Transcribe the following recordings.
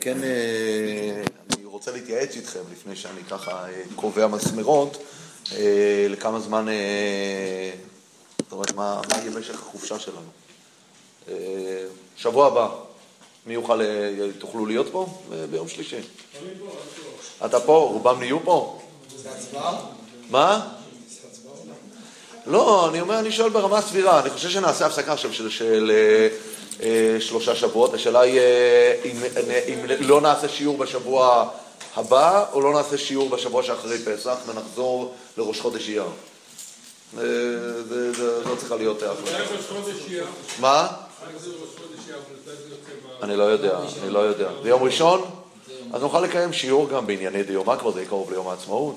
כן, אני רוצה להתייעץ איתכם לפני שאני ככה קובע מסמרות, לכמה זמן, זאת אומרת, מה יהיה משך החופשה שלנו. שבוע הבא, מי יוכל, תוכלו להיות פה ביום שלישי? אתה פה? רובם נהיו פה? זה הצבעה? מה? לא, אני שואל ברמה סבירה, אני חושב שנעשה הפסקה עכשיו של 3 שבועות. השאלה היא אם לא נעשה שיעור בשבוע הבא או לא נעשה שיעור בשבוע שאחרי פסח ונחזור לראש חודש אייר. זה לא צריכה להיות החלטה. מה? אני לא יודע. ביום ראשון? אז נוכל לקיים שיעור גם בענייני דיומא, כבר זה יקרוב ליום העצמאות.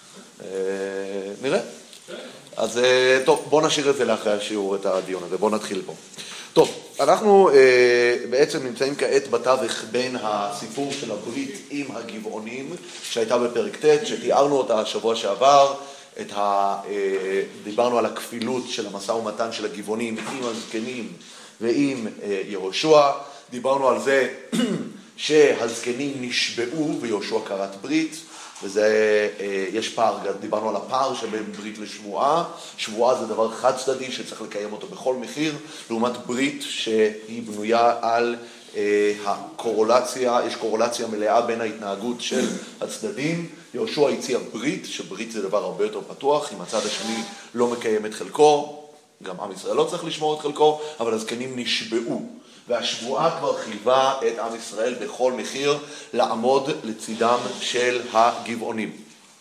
נראה. אז טוב, בואו נשאיר את זה לאחרי השיעור, את הדיון הזה. בואו נתחיל פה. טוב, אנחנו בעצם נמצאים כעת בתווך בין הסיפור של הברית עם הגבעונים, שהייתה בפרק ט', שתיארנו אותה השבוע שעבר, דיברנו על הכפילות של המשא ומתן של הגבעונים עם הזקנים ועם יהושע, דיברנו על זה שהזקנים נשבעו ויהושע כרת ברית, וזה, יש פער, דיברנו על הפער שבין ברית לשבועה. שבועה זה דבר חד צדדי שצריך לקיים אותו בכל מחיר, לעומת ברית שהיא בנויה על הקורולציה, יש קורולציה מלאה בין ההתנהגות של הצדדים. יהושע הציע ברית, שברית זה דבר הרבה יותר פתוח, אם הצד השני לא מקיים את חלקו, גם עם ישראל לא צריך לשמור את חלקו, אבל הזקנים נשבעו. והשבועה כבר חייבה את עם ישראל בכל מחיר לעמוד לצידם של הגבעונים.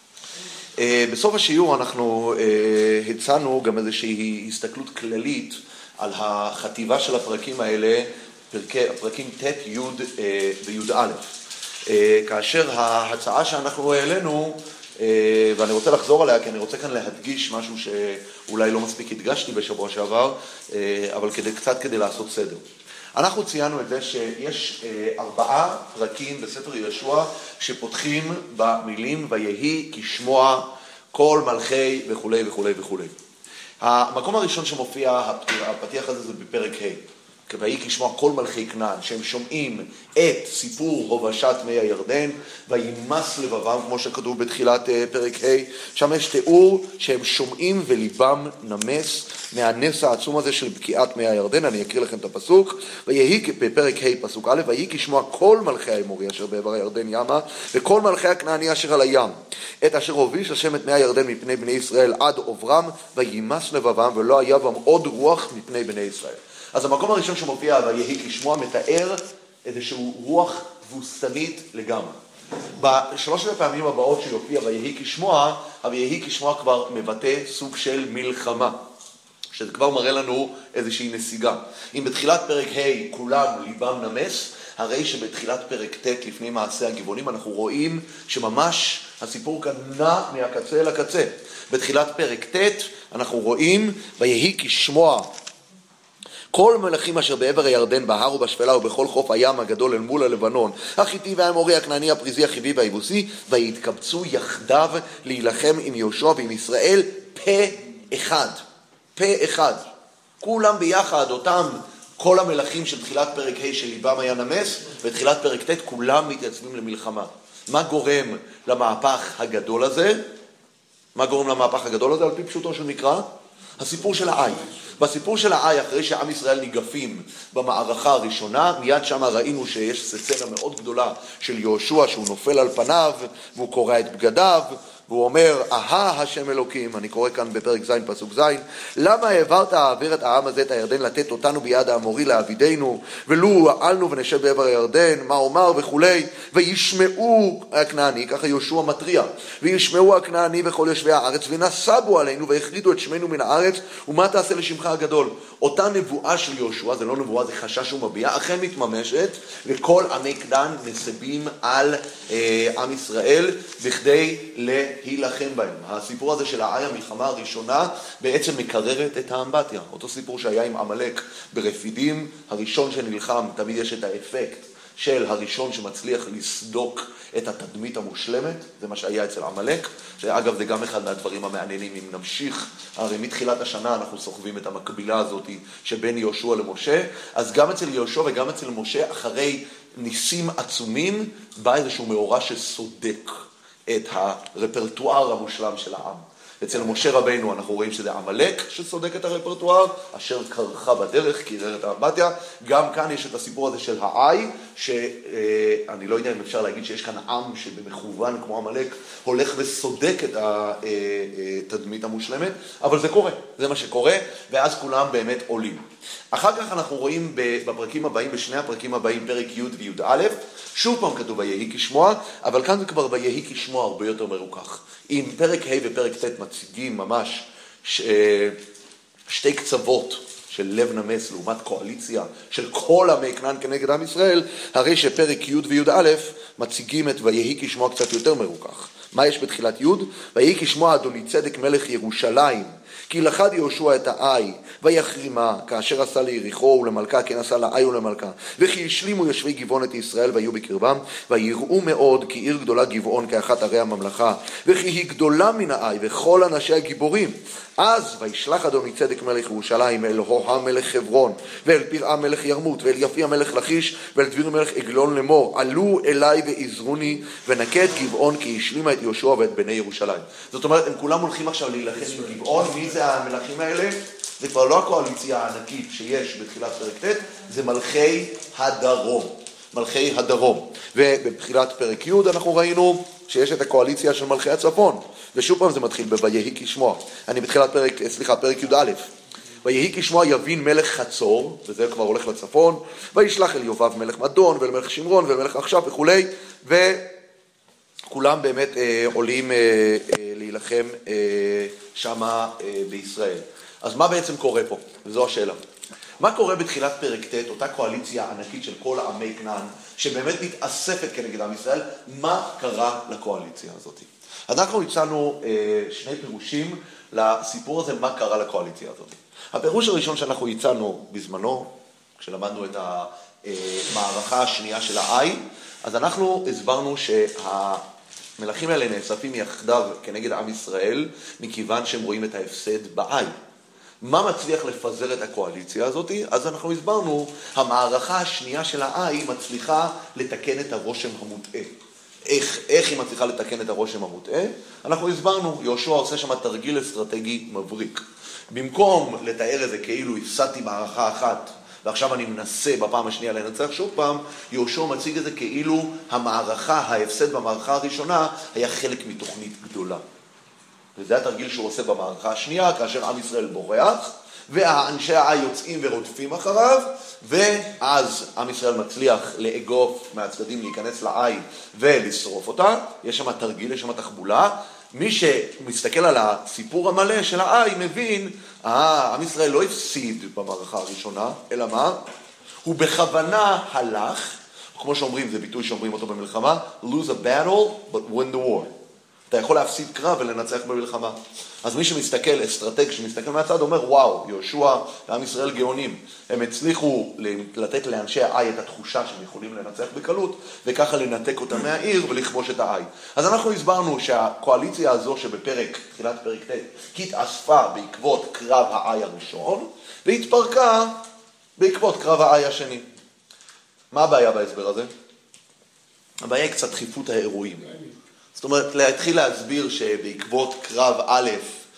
בסוף השיעור אנחנו הצענו גם איזושהי הסתכלות כללית על החטיבה של הפרקים האלה, הפרקים ט', י' וי' א'. כאשר ההצעה שאנחנו העלינו, ואני רוצה לחזור עליה, כי אני רוצה כאן להדגיש משהו שאולי לא מספיק הדגשתי בשבוע שעבר, אבל קצת כדי לעשות סדר. אנחנו ציינו את זה שיש 4 פרקים בספר יהושע שפותחים במילים ויהי כשמוע כל מלכי וכו' וכו' וכו'. המקום הראשון שמופיע הפתיח הזה זה בפרק ה', ויהי כשמוע כל מלכי כנען, שהם שומעים את סיפור הובשת מי הירדן, וימס לבבם, כמו שכתוב בתחילת פרק ה', שם יש תיאור שהם שומעים וליבם נמס מהנס העצום הזה של בקיעת מי הירדן. אני אקריא לכם את הפסוק, ויהי בפרק ה' פסוק א', ויהי כשמוע כל מלכי האמורי אשר בעבר הירדן ימה, וכל מלכי הכנעני אשר על הים, את אשר הוביש השם את מי הירדן מפני בני ישראל עד עוברם, וימס לבבם, ולא היה בם עוד רוח מפני בני ישראל. אז המקום הראשון שמופיע ויהי כשמוע מתאר איזשהו רוח תבוסתנית לגמרי. בשלושת הפעמים הבאות שיופיע ויהי כשמוע, ויהי כשמוע כבר מבטא סוג של מלחמה, שזה כבר מראה לנו איזושהי נסיגה. אם בתחילת פרק ה' כולם ליבם נמס, הרי שבתחילת פרק ט' לפני מעשה הגבעונים אנחנו רואים שממש הסיפור כאן נע מהקצה לקצה. בתחילת פרק ט' אנחנו רואים ויהי כשמוע כל מלכים אשר בעבר הירדן, בהר ובשפלה ובכל חוף הים הגדול אל מול הלבנון, החיתי והאמורי, הכנעני, הפריזי, החיבי והיבוסי, ויתקבצו יחדיו להילחם עם יהושע ועם ישראל פה אחד. פה אחד. כולם ביחד, אותם כל המלכים של תחילת פרק ה' שליבם היה נמס, ותחילת פרק ט' כולם מתייצבים למלחמה. מה גורם למהפך הגדול הזה? מה גורם למהפך הגדול הזה? על פי פשוטו של מקרא? הסיפור של העי. בסיפור של העי, אחרי שעם ישראל ניגפים במערכה הראשונה, מיד שם ראינו שיש סצנה מאוד גדולה של יהושע שהוא נופל על פניו והוא קורע את בגדיו והוא אומר, אהה השם אלוקים, אני קורא כאן בפרק ז' פסוק ז', למה העברת העביר את העם הזה את הירדן לתת אותנו ביד האמורי לעבידנו, ולו העלנו ונשב בעבר הירדן, מה אומר וכולי, וישמעו הכנעני, ככה יהושע מטריע, וישמעו הכנעני וכל יושבי הארץ, ונסבו עלינו והחרידו את שמנו מן הארץ, ומה תעשה לשמך הגדול? אותה נבואה של יהושע, זה לא נבואה, זה חשש שהוא מביע, אכן מתממשת, וכל עמי כנען נסבים על עם ישראל בכדי להילחם בהם. הסיפור הזה של העי, המלחמה הראשונה, בעצם מקררת את האמבטיה. אותו סיפור שהיה עם עמלק ברפידים, הראשון שנלחם, תמיד יש את האפקט של הראשון שמצליח לסדוק את התדמית המושלמת, זה מה שהיה אצל עמלק, שאגב זה גם אחד מהדברים המעניינים, אם נמשיך, הרי מתחילת השנה אנחנו סוחבים את המקבילה הזאת שבין יהושע למשה, אז גם אצל יהושע וגם אצל משה, אחרי ניסים עצומים, בא איזשהו מאורע שסודק את הרפרטואר המושלם של העם. אצל משה רבינו אנחנו רואים שזה עמלק שסודק את הרפרטואר, אשר קרחה בדרך, קירר את האמבטיה. גם כאן יש את הסיפור הזה של העי, שאני לא יודע אם אפשר להגיד שיש כאן עם שבמכוון כמו עמלק, הולך וסודק את התדמית המושלמת, אבל זה קורה, זה מה שקורה, ואז כולם באמת עולים. אחר כך אנחנו רואים בפרקים הבאים, בשני הפרקים הבאים, פרק י' וי"א, שוב פעם כתוב ויהי כשמוע, אבל כאן זה כבר ויהי כשמוע הרבה יותר מרוכך. אם פרק ה' ופרק ט' מציגים ממש שתי קצוות של לב נמס לעומת קואליציה של כל עמי כנען כנגד עם ישראל, הרי שפרק י' וי"א מציגים את ויהי כשמוע קצת יותר מרוכך. מה יש בתחילת י'? ויהי כשמוע אדוני צדק מלך ירושלים, כי לכד יהושע את העי, ויחרימה, כאשר עשה ליריחו ולמלכה, כן עשה לעי ולמלכה. וכי השלימו יושבי גבעון את ישראל, והיו בקרבם, ויראו מאוד, כי עיר גדולה גבעון, כאחת ערי הממלכה. וכי היא גדולה מן העי, וכל אנשי הגיבורים. אז וישלח אדוני צדק מלך ירושלים, אל הוהם מלך חברון, ואל פרעה מלך ירמות, ואל יפיע מלך לכיש, ואל דביר מלך עגלון לאמור, עלו אליי ועזרוני, ונקה את גבעון, כי השלימה את יהושע ואת בני ירושלים. זאת אומרת, הם כולם הולכים עכשיו להילחם בגבעון. מי זה המלכים האלה? זה כבר לא הקואליציה הענקית שיש בתחילת פרק ט', זה מלכי הדרום. מלכי הדרום. ובתחילת פרק י' אנחנו ראינו שיש את הקואליציה של מלכי הצפון. ושוב פעם זה מתחיל בויהי כשמוע. אני בתחילת פרק י"א. ויהי כשמוע יבין מלך חצור, וזה כבר הולך לצפון, וישלח אל יובב מלך מדון, ואל מלך שמרון, ומלך עכשיו וכולי, וכולם באמת עולים להילחם שמה בישראל. אז מה בעצם קורה פה? וזו השאלה. מה קורה בתחילת פרק ט', אותה קואליציה ענקית של כל עמי כנען, שבאמת מתאספת כנגד עם ישראל, מה קרה לקואליציה הזאת? אנחנו הצענו שני פירושים לסיפור הזה, מה קרה לקואליציה הזאת. הפירוש הראשון שאנחנו הצענו בזמנו, כשלמדנו את המערכה השנייה של העי, אז אנחנו הסברנו שהמלכים האלה נאספים יחדיו כנגד עם ישראל, מכיוון שהם רואים את ההפסד בעי. מה מצליח לפזר את הקואליציה הזאת? אז אנחנו הסברנו, המערכה השנייה של העי מצליחה לתקן את הרושם המוטעה. איך היא מצליחה לתקן את הרושם המוטעה? אנחנו הסברנו, יהושע עושה שם תרגיל אסטרטגי מבריק. במקום לתאר את זה כאילו הפסדתי מערכה אחת, ועכשיו אני מנסה בפעם השנייה לנצח שוב פעם, יהושע מציג את זה כאילו ההפסד במערכה הראשונה היה חלק מתוכנית גדולה. וזה התרגיל שהוא עושה במערכה השנייה, כאשר עם ישראל בורח, והאנשי העי יוצאים ורודפים אחריו, ואז עם ישראל מצליח לאגוף מהצדדים להיכנס לעי ולשרוף אותה. יש שם תרגיל, יש שם תחבולה. מי שמסתכל על הסיפור המלא של העי מבין, עם ישראל לא הפסיד במערכה הראשונה, אלא מה? הוא בכוונה הלך, כמו שאומרים, זה ביטוי שאומרים אותו במלחמה, lose a battle but win the war. אתה יכול להפסיד קרב ולנצח במלחמה. אז מי שמסתכל, אסטרטג שמסתכל מהצד, אומר, וואו, יהושע ועם ישראל גאונים. הם הצליחו לתת לאנשי העי את התחושה שהם יכולים לנצח בקלות, וככה לנתק אותם מהעיר ולכבוש את העי. אז אנחנו הסברנו שהקואליציה הזו תחילת פרק ט', התאספה בעקבות קרב העי הראשון, והתפרקה בעקבות קרב העי השני. מה הבעיה בהסבר הזה? הבעיה היא קצת דחיפות האירועים. זאת אומרת, להתחיל להסביר שבעקבות קרב א',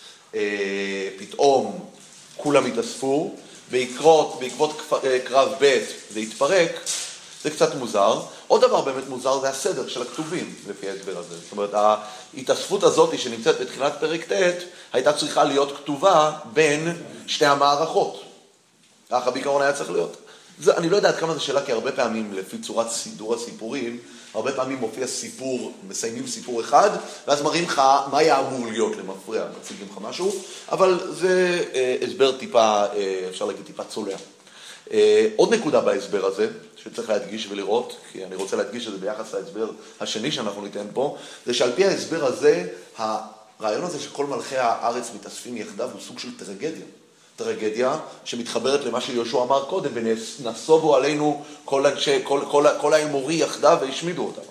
פתאום כולם התאספו, בעקבות קרב ב' זה התפרק, זה קצת מוזר. עוד דבר באמת מוזר זה הסדר של הכתובים, לפי ההסבר הזה. זאת אומרת, ההתאספות הזאת שנמצאת בתחילת פרק ט' הייתה צריכה להיות כתובה בין שתי המערכות. ככה בעיקרון היה צריך להיות. אני לא יודע עד כמה זו שאלה, כי הרבה פעמים, לפי צורת סידור הסיפורים, הרבה פעמים מופיע סיפור, מסיימים סיפור אחד, ואז מראים לך מה היה אמור להיות למפריע, מציגים לך משהו, אבל זה הסבר טיפה, אפשר להגיד טיפה צולע. עוד נקודה בהסבר הזה, שצריך להדגיש ולראות, כי אני רוצה להדגיש את זה ביחס להסבר השני שאנחנו ניתן פה, זה שעל פי ההסבר הזה, הרעיון הזה שכל מלכי הארץ מתאספים יחדיו הוא סוג של טרגדיה שמתחברת למה שיהושע אמר קודם, ונסובו עלינו כל האמורי יחדיו והשמידו אותנו.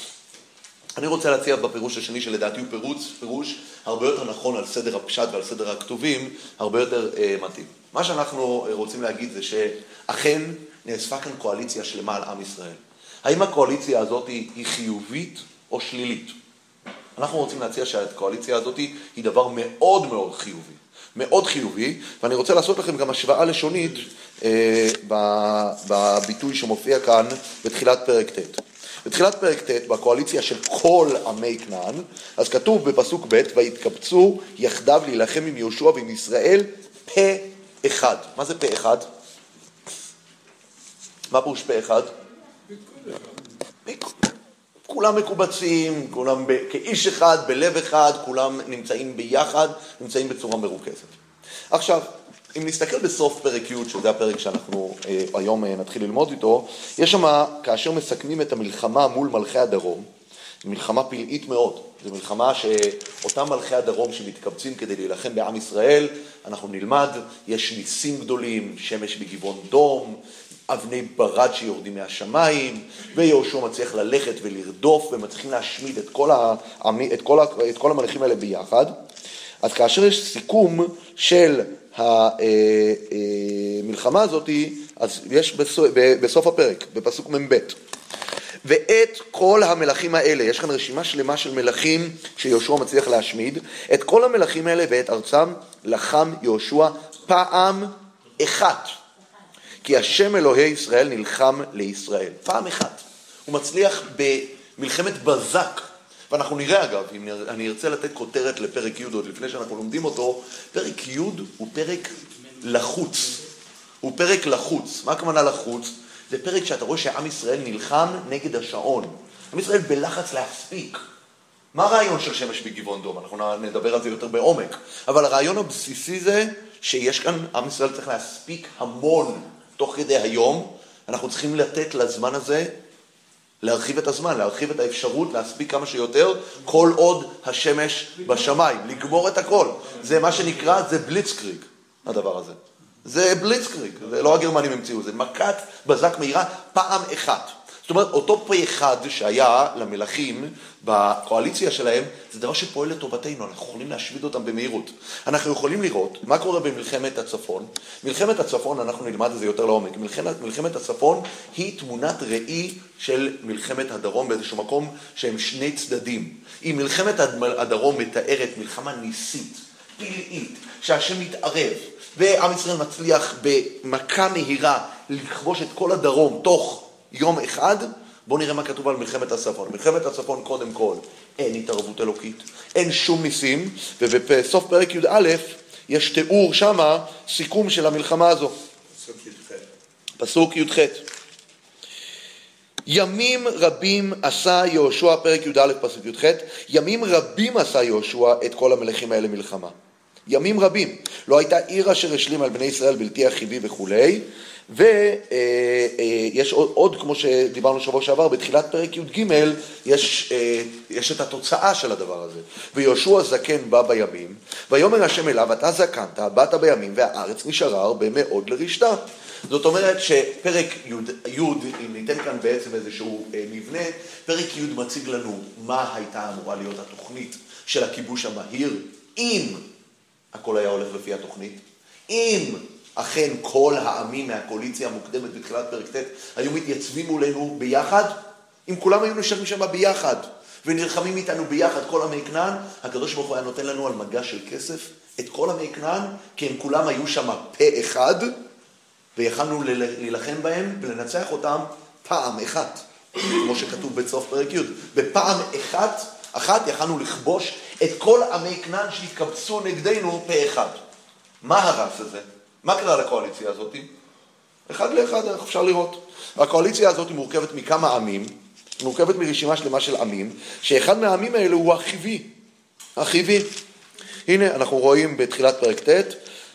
אני רוצה להציע בפירוש השני שלדעתי הוא פירוש הרבה יותר נכון על סדר הפשט ועל סדר הכתובים, הרבה יותר מתאים. מה שאנחנו רוצים להגיד זה שאכן נאספה כאן קואליציה שלמה על עם ישראל. האם הקואליציה הזאת היא חיובית או שלילית? אנחנו רוצים להציע שהקואליציה הזאת היא דבר מאוד מאוד חיובי. מאוד חיובי, ואני רוצה לעשות לכם גם השוואה לשונית בביטוי שמופיע כאן בתחילת פרק ט'. בתחילת פרק ט', בקואליציה של כל עמי כנען, אז כתוב בפסוק ב' והתקבצו יחדיו להילחם עם יהושע ועם ישראל פה אחד. מה זה פה אחד? מה פירוש פה אחד? כולם מקובצים, כולם כאיש אחד, בלב אחד, כולם נמצאים ביחד, נמצאים בצורה מרוכזת. עכשיו, אם נסתכל בסוף פרק י', שזה הפרק שאנחנו היום נתחיל ללמוד איתו, יש שם, כאשר מסכמים את המלחמה מול מלכי הדרום, מלחמה פלאית מאוד. זו מלחמה שאותם מלכי הדרום שמתקבצים כדי להילחם בעם ישראל, אנחנו נלמד, יש ניסים גדולים, שמש בגבעון דום, אבני ברד שיורדים מהשמיים, ויהושע מצליח ללכת ולרדוף, ומצליחים להשמיד את כל המלכים האלה ביחד. אז כאשר יש סיכום של המלחמה הזאת, אז יש בסוף הפרק, בפסוק מ"ב. ואת כל המלכים האלה, יש כאן רשימה שלמה של מלכים שיהושע מצליח להשמיד, את כל המלכים האלה ואת ארצם לחם יהושע פעם אחת. כי השם אלוהי ישראל נלחם לישראל. פעם אחת. הוא מצליח במלחמת בזק. ואנחנו נראה אגב, אם אני ארצה לתת כותרת לפרק י' עוד לפני שאנחנו לומדים אותו, פרק י' הוא פרק לחוץ. הוא פרק לחוץ. מה הכוונה לחוץ? זה פרק שאתה רואה שעם ישראל נלחם נגד השעון. עם ישראל בלחץ להספיק. מה הרעיון של שמש בגבעון דום? אנחנו נדבר על זה יותר בעומק. אבל הרעיון הבסיסי זה שיש כאן, עם ישראל צריך להספיק המון תוך כדי היום. אנחנו צריכים לתת לזמן הזה, להרחיב את הזמן, להרחיב את האפשרות, להספיק כמה שיותר, כל עוד השמש בשמיים, לגמור את הכל. זה מה שנקרא, זה בליצקריג, הדבר הזה. זה בליצקריג, זה לא הגרמנים המציאו, זה מכת בזק מהירה פעם אחת. זאת אומרת, אותו פה אחד שהיה למלכים בקואליציה שלהם, זה דבר שפועל לטובתנו, אנחנו יכולים להשמיד אותם במהירות. אנחנו יכולים לראות מה קורה במלחמת הצפון. מלחמת הצפון, אנחנו נלמד את זה יותר לעומק. מלחמת הצפון היא תמונת ראי של מלחמת הדרום באיזשהו מקום שהם שני צדדים. אם מלחמת הדרום מתארת מלחמה ניסית, פלאית, שהשם מתערב, ועם ישראל מצליח במכה מהירה לכבוש את כל הדרום תוך יום אחד, בואו נראה מה כתוב על מלחמת הצפון. מלחמת הצפון קודם כל, אין התערבות אלוקית, אין שום ניסים, ובסוף פרק י"א יש תיאור שמה, סיכום של המלחמה הזו. פסוק י"ח. ימים רבים עשה יהושע, פרק י"א פסוק י"ח, ימים רבים עשה יהושע את כל המלכים האלה מלחמה. ימים רבים. לא הייתה עיר אשר השלים על בני ישראל בלתי החיבי וכולי, ויש עוד, כמו שדיברנו שבוע שעבר, בתחילת פרק י"ג, יש את התוצאה של הדבר הזה. ויהושע זקן בא בימים, ויאמר השם אליו, אתה זקנת, באת בימים, והארץ נשארה הרבה מאוד לרשתה. זאת אומרת שפרק י', אם ניתן כאן בעצם איזשהו מבנה, פרק י' מציג לנו מה הייתה אמורה להיות התוכנית של הכיבוש המהיר, אם הכל היה הולך לפי התוכנית, אם אכן כל העמים מהקואליציה המוקדמת בתחילת פרק ט' היו מתייצבים מולנו ביחד, אם כולם היו נשארים שם ביחד ונלחמים איתנו ביחד כל עמי כנען, הקדוש ברוך הוא היה נותן לנו על מגש של כסף את כל עמי כנען, כי הם כולם היו שם פה אחד, ויכלנו להילחם בהם ולנצח אותם פעם אחת, כמו שכתוב בסוף פרק י'. בפעם אחת יכלנו לכבוש את כל עמי כנען שהתקבצו נגדנו פה אחד. מה הרס הזה? מה קרה לקואליציה הזאת? אחד לאחד אפשר לראות. הקואליציה הזאת מורכבת מכמה עמים, מורכבת מרשימה שלמה של עמים, שאחד מהעמים האלה הוא החיבי. החיבי. הנה אנחנו רואים בתחילת פרק ט',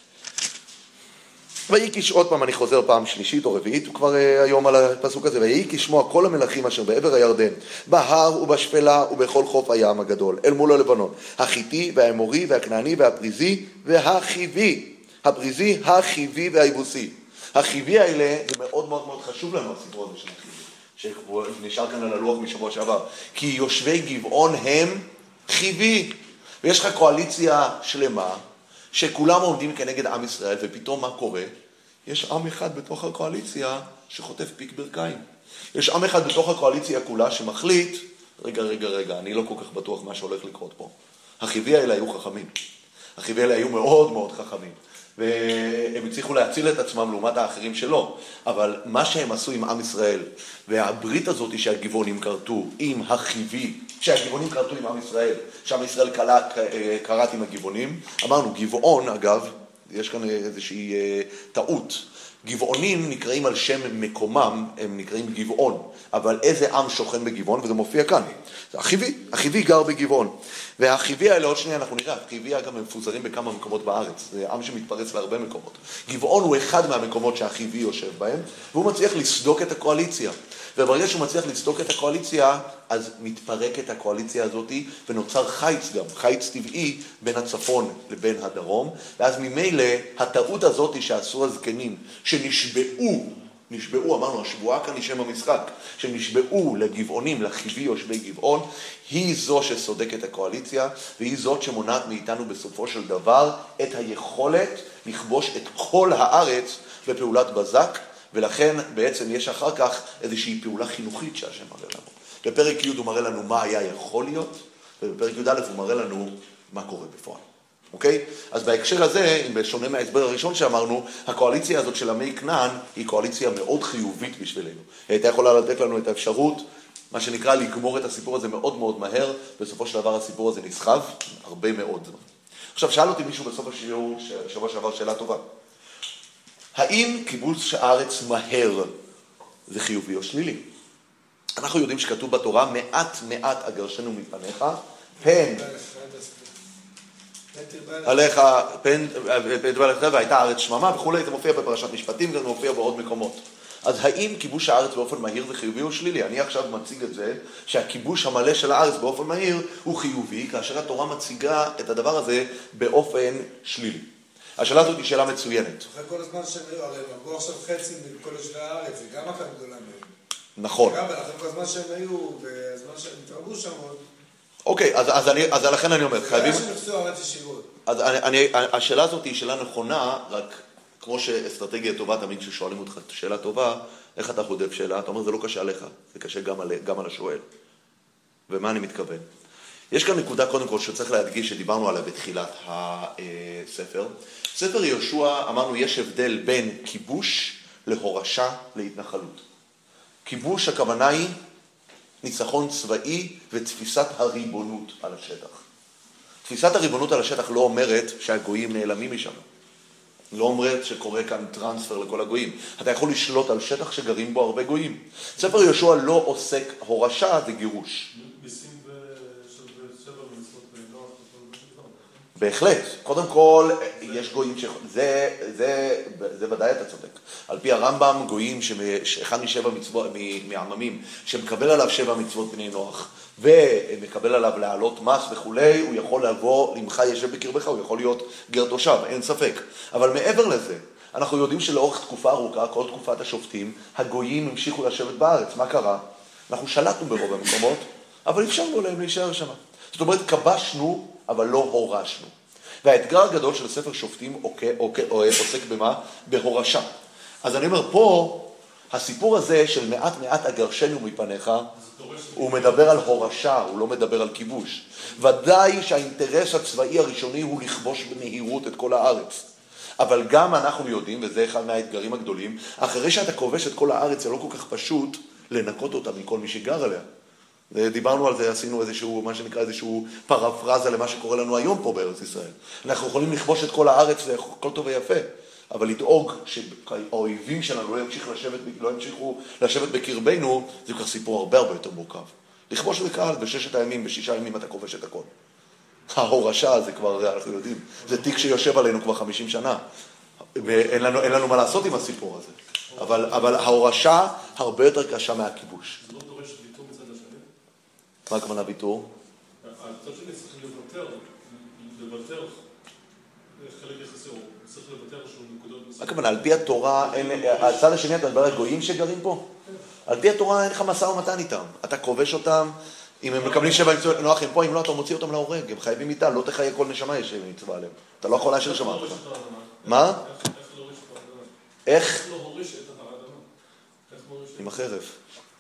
וייקיש, עוד פעם אני חוזר פעם שלישית או רביעית, הוא כבר היום על הפסוק הזה, וייקיש שמו כל המלכים אשר בעבר הירדן, בהר ובשפלה ובכל חוף הים הגדול, אל מול הלבנון, החיתי והאמורי והכנעני והפריזי והחיבי, הפריזי, החיבי והיבוסי. החיבי האלה, זה מאוד מאוד מאוד חשוב לנו הסיפור הזה של החיבי, שנשאר כאן על הלוח משבוע שעבר, כי יושבי גבעון הם חיבי, ויש לך קואליציה שלמה, שכולם עומדים כנגד עם ישראל, ופתאום מה קורה? יש עם אחד בתוך הקואליציה שחוטף פיק ברכיים. יש עם אחד בתוך הקואליציה כולה שמחליט, רגע, אני לא כל כך בטוח מה שהולך לקרות פה. החיבי האלה היו חכמים. החיבי האלה היו מאוד מאוד חכמים. והם הצליחו להציל את עצמם לעומת האחרים שלו. אבל מה שהם עשו עם עם ישראל, והברית הזאת שהגבעונים קרתו עם החיבי, שהגבעונים קרתו עם עם ישראל, שעם ישראל קראת עם הגבעונים, אמרנו, גבעון, אגב, יש כאן איזושהי טעות. גבעונים נקראים על שם מקומם, הם נקראים גבעון, אבל איזה עם שוכן בגבעון, וזה מופיע כאן. זה החיבי גר בגבעון. והחיבי האלה, עוד שנייה אנחנו נראה, החיבי גם הם מפוזרים בכמה מקומות בארץ, זה עם שמתפרץ להרבה מקומות. גבעון הוא אחד מהמקומות שהחיבי יושב בהם, והוא מצליח לסדוק את הקואליציה. וברגע שהוא מצליח לסדוק את הקואליציה, אז מתפרקת הקואליציה הזאת, ונוצר חיץ גם, חיץ טבעי בין הצפון לבין הדרום, ואז ממילא הטעות הזאת שעשו הזקנים, נשבעו, אמרנו, השבועה כאן היא שם המשחק, שנשבעו לגבעונים, לחיבי יושבי גבעון, היא זו שסודקת את הקואליציה, והיא זאת שמונעת מאיתנו בסופו של דבר את היכולת לכבוש את כל הארץ בפעולת בזק, ולכן בעצם יש אחר כך איזושהי פעולה חינוכית שהשם מראה לנו. בפרק י' הוא מראה לנו מה היה יכול להיות, ובפרק י' הוא מראה לנו מה קורה בפועל. אוקיי? אז בהקשר הזה, אם בשונה מההסבר הראשון שאמרנו, הקואליציה הזאת של עמי כנען היא קואליציה מאוד חיובית בשבילנו. היא הייתה יכולה לתת לנו את האפשרות, מה שנקרא לגמור את הסיפור הזה מאוד מאוד מהר, בסופו של דבר הסיפור הזה נסחב הרבה מאוד זמן. עכשיו שאל אותי מישהו בסוף השיעור, שבוע שעבר, שאלה טובה. האם כיבוש הארץ מהר זה חיובי או שלילי? אנחנו יודעים שכתוב בתורה, מעט אגרשנו מפניך, פן עליך, פן והייתה הארץ שממה וכו', זה מופיע בפרשת משפטים, זה מופיע בעוד מקומות. אז האם כיבוש הארץ באופן מהיר זה חיובי או שלילי? אני עכשיו מציג את זה שהכיבוש המלא של הארץ באופן מהיר הוא חיובי, כאשר התורה מציגה את הדבר הזה באופן שלילי. השאלה הזאת היא שאלה מצוינת. אחרי כל הזמן שהם היו, הרי הם עברו עכשיו חצי מכל יושבי הארץ, זה גם מכה גדולה מהם. נכון. גם אחרי כל הזמן שהם היו, והזמן שהם התרבו שם עוד. אוקיי, אז לכן אני אומר, חייבים... זה היה שנפסו הארץ ישירות. אז השאלה הזאת היא שאלה נכונה, רק כמו שאסטרטגיה טובה, תמיד כששואלים אותך שאלה טובה, איך אתה חודף שאלה? אתה אומר, זה לא קשה עליך, זה קשה גם על השואל. ומה אני מתכוון? יש כאן נקודה קודם כל שצריך להדגיש שדיברנו עליה בתחילת הספר. ספר יהושע, אמרנו, יש הבדל בין כיבוש להורשה להתנחלות. כיבוש הכוונה היא ניצחון צבאי ותפיסת הריבונות על השטח. תפיסת הריבונות על השטח לא אומרת שהגויים נעלמים משם. לא אומרת שקורה כאן טרנספר לכל הגויים. אתה יכול לשלוט על שטח שגרים בו הרבה גויים. ספר יהושע לא עוסק, הורשה זה גירוש. בהחלט. קודם כל, יש גויים זה ודאי אתה צודק. על פי הרמב"ם, גויים שאחד משבע מצוות, מהעממים, שמקבל עליו 7 מצוות בני נוח, ומקבל עליו להעלות מס וכולי, הוא יכול לבוא, למך ישב בקרבך, הוא יכול להיות גר תושב, אין ספק. אבל מעבר לזה, אנחנו יודעים שלאורך תקופה ארוכה, כל תקופת השופטים, הגויים המשיכו לשבת בארץ. מה קרה? אנחנו שלטנו ברוב המקומות, אבל אפשרנו להם להישאר שם. זאת אומרת, כבשנו, אבל לא הורשנו. והאתגר הגדול של ספר שופטים עוסק במה? בהורשה. אז אני אומר, פה, הסיפור הזה של מעט אגרשנו מפניך, הוא מדבר על הורשה, הוא לא מדבר על כיבוש. ודאי שהאינטרס הצבאי הראשוני הוא לכבוש במהירות את כל הארץ. אבל גם אנחנו יודעים, וזה אחד מהאתגרים הגדולים, אחרי שאתה כובש את כל הארץ, זה לא כל כך פשוט לנקות אותה מכל מי שגר עליה. דיברנו על זה, עשינו איזשהו, מה שנקרא איזשהו פרפרזה למה שקורה לנו היום פה בארץ ישראל. אנחנו יכולים לכבוש את כל הארץ, זה הכל טוב ויפה, אבל לדאוג שהאויבים שלנו לא ימשיכו לשבת בקרבנו, זה כבר סיפור הרבה יותר מורכב. לכבוש זה קל, ב6 הימים, ב6 ימים אתה כובש את הכל. ההורשה זה כבר, אנחנו יודעים, זה תיק שיושב עלינו כבר 50 שנה. אין לנו מה לעשות עם הסיפור הזה. אבל ההורשה הרבה יותר קשה מהכיבוש. מה הכוונה ויתור? הצד שלי צריך לוותר חלק יחסי, הוא צריך לוותר שהוא נקודות מסוים. מה הכוונה? על פי התורה, הצד השני אתה מדבר על גויים שגרים פה? על פי התורה אין לך משא ומתן איתם. אתה כובש אותם, אם הם מקבלים 7 מצוות נוח הם פה, אם לא אתה מוציא אותם להורג, הם חייבים איתה, לא תחיה כל נשמה יש מצווה עליהם. אתה לא יכול להשאיר שם אף אחד. מה? איך להוריש את האדמה? עם החרב.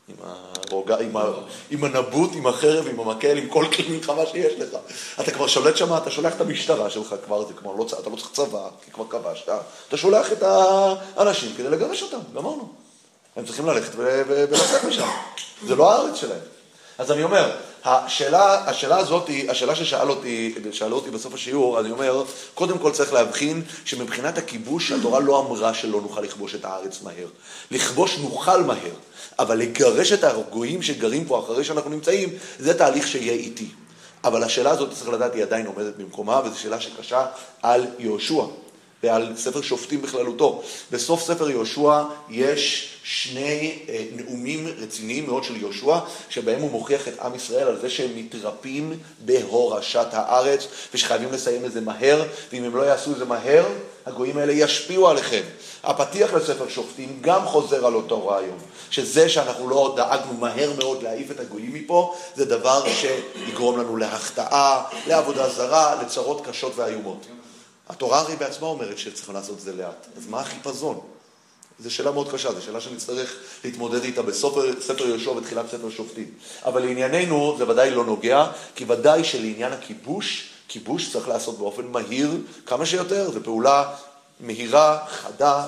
עם הרוגע, עם הנבוט, עם החרב, עם המקל, עם כל כלי מלחמה שיש לך. אתה כבר שולט שם, אתה שולח את המשטרה שלך כבר, אתה לא צריך צבא, כי כבר כבשת. אתה שולח את האנשים כדי לגרש אותם, גמרנו. הם צריכים ללכת ולצאת משם. זה לא הארץ שלהם. אז אני אומר, השאלה הזאת, השאלה ששאלו אותי בסוף השיעור, אני אומר, קודם כל צריך להבחין שמבחינת הכיבוש, התורה לא אמרה שלא נוכל לכבוש את הארץ מהר. לכבוש נוכל מהר, אבל לגרש את הגויים שגרים פה אחרי שאנחנו נמצאים, זה תהליך שיהיה איטי. אבל השאלה הזאת, צריך לדעת, היא עדיין עומדת במקומה, וזו שאלה שקשה על יהושע. ועל ספר שופטים בכללותו. בסוף ספר יהושע יש שני נאומים רציניים מאוד של יהושע, שבהם הוא מוכיח את עם ישראל על זה שהם מתרפים בהורשת הארץ, ושחייבים לסיים את זה מהר, ואם הם לא יעשו את זה מהר, הגויים האלה ישפיעו עליכם. הפתיח לספר שופטים גם חוזר על אותו רעיון, שזה שאנחנו לא דאגנו מהר מאוד להעיף את הגויים מפה, זה דבר שיגרום לנו להחטאה, לעבודה זרה, לצרות קשות ואיומות. התורה הרי בעצמה אומרת שצריכים לעשות את זה לאט. אז מה החיפזון? זו שאלה מאוד קשה, זו שאלה שנצטרך להתמודד איתה בספר יהושע בתחילת ספר שופטים. אבל לענייננו זה ודאי לא נוגע, כי ודאי שלעניין הכיבוש, כיבוש צריך לעשות באופן מהיר כמה שיותר. זו פעולה מהירה, חדה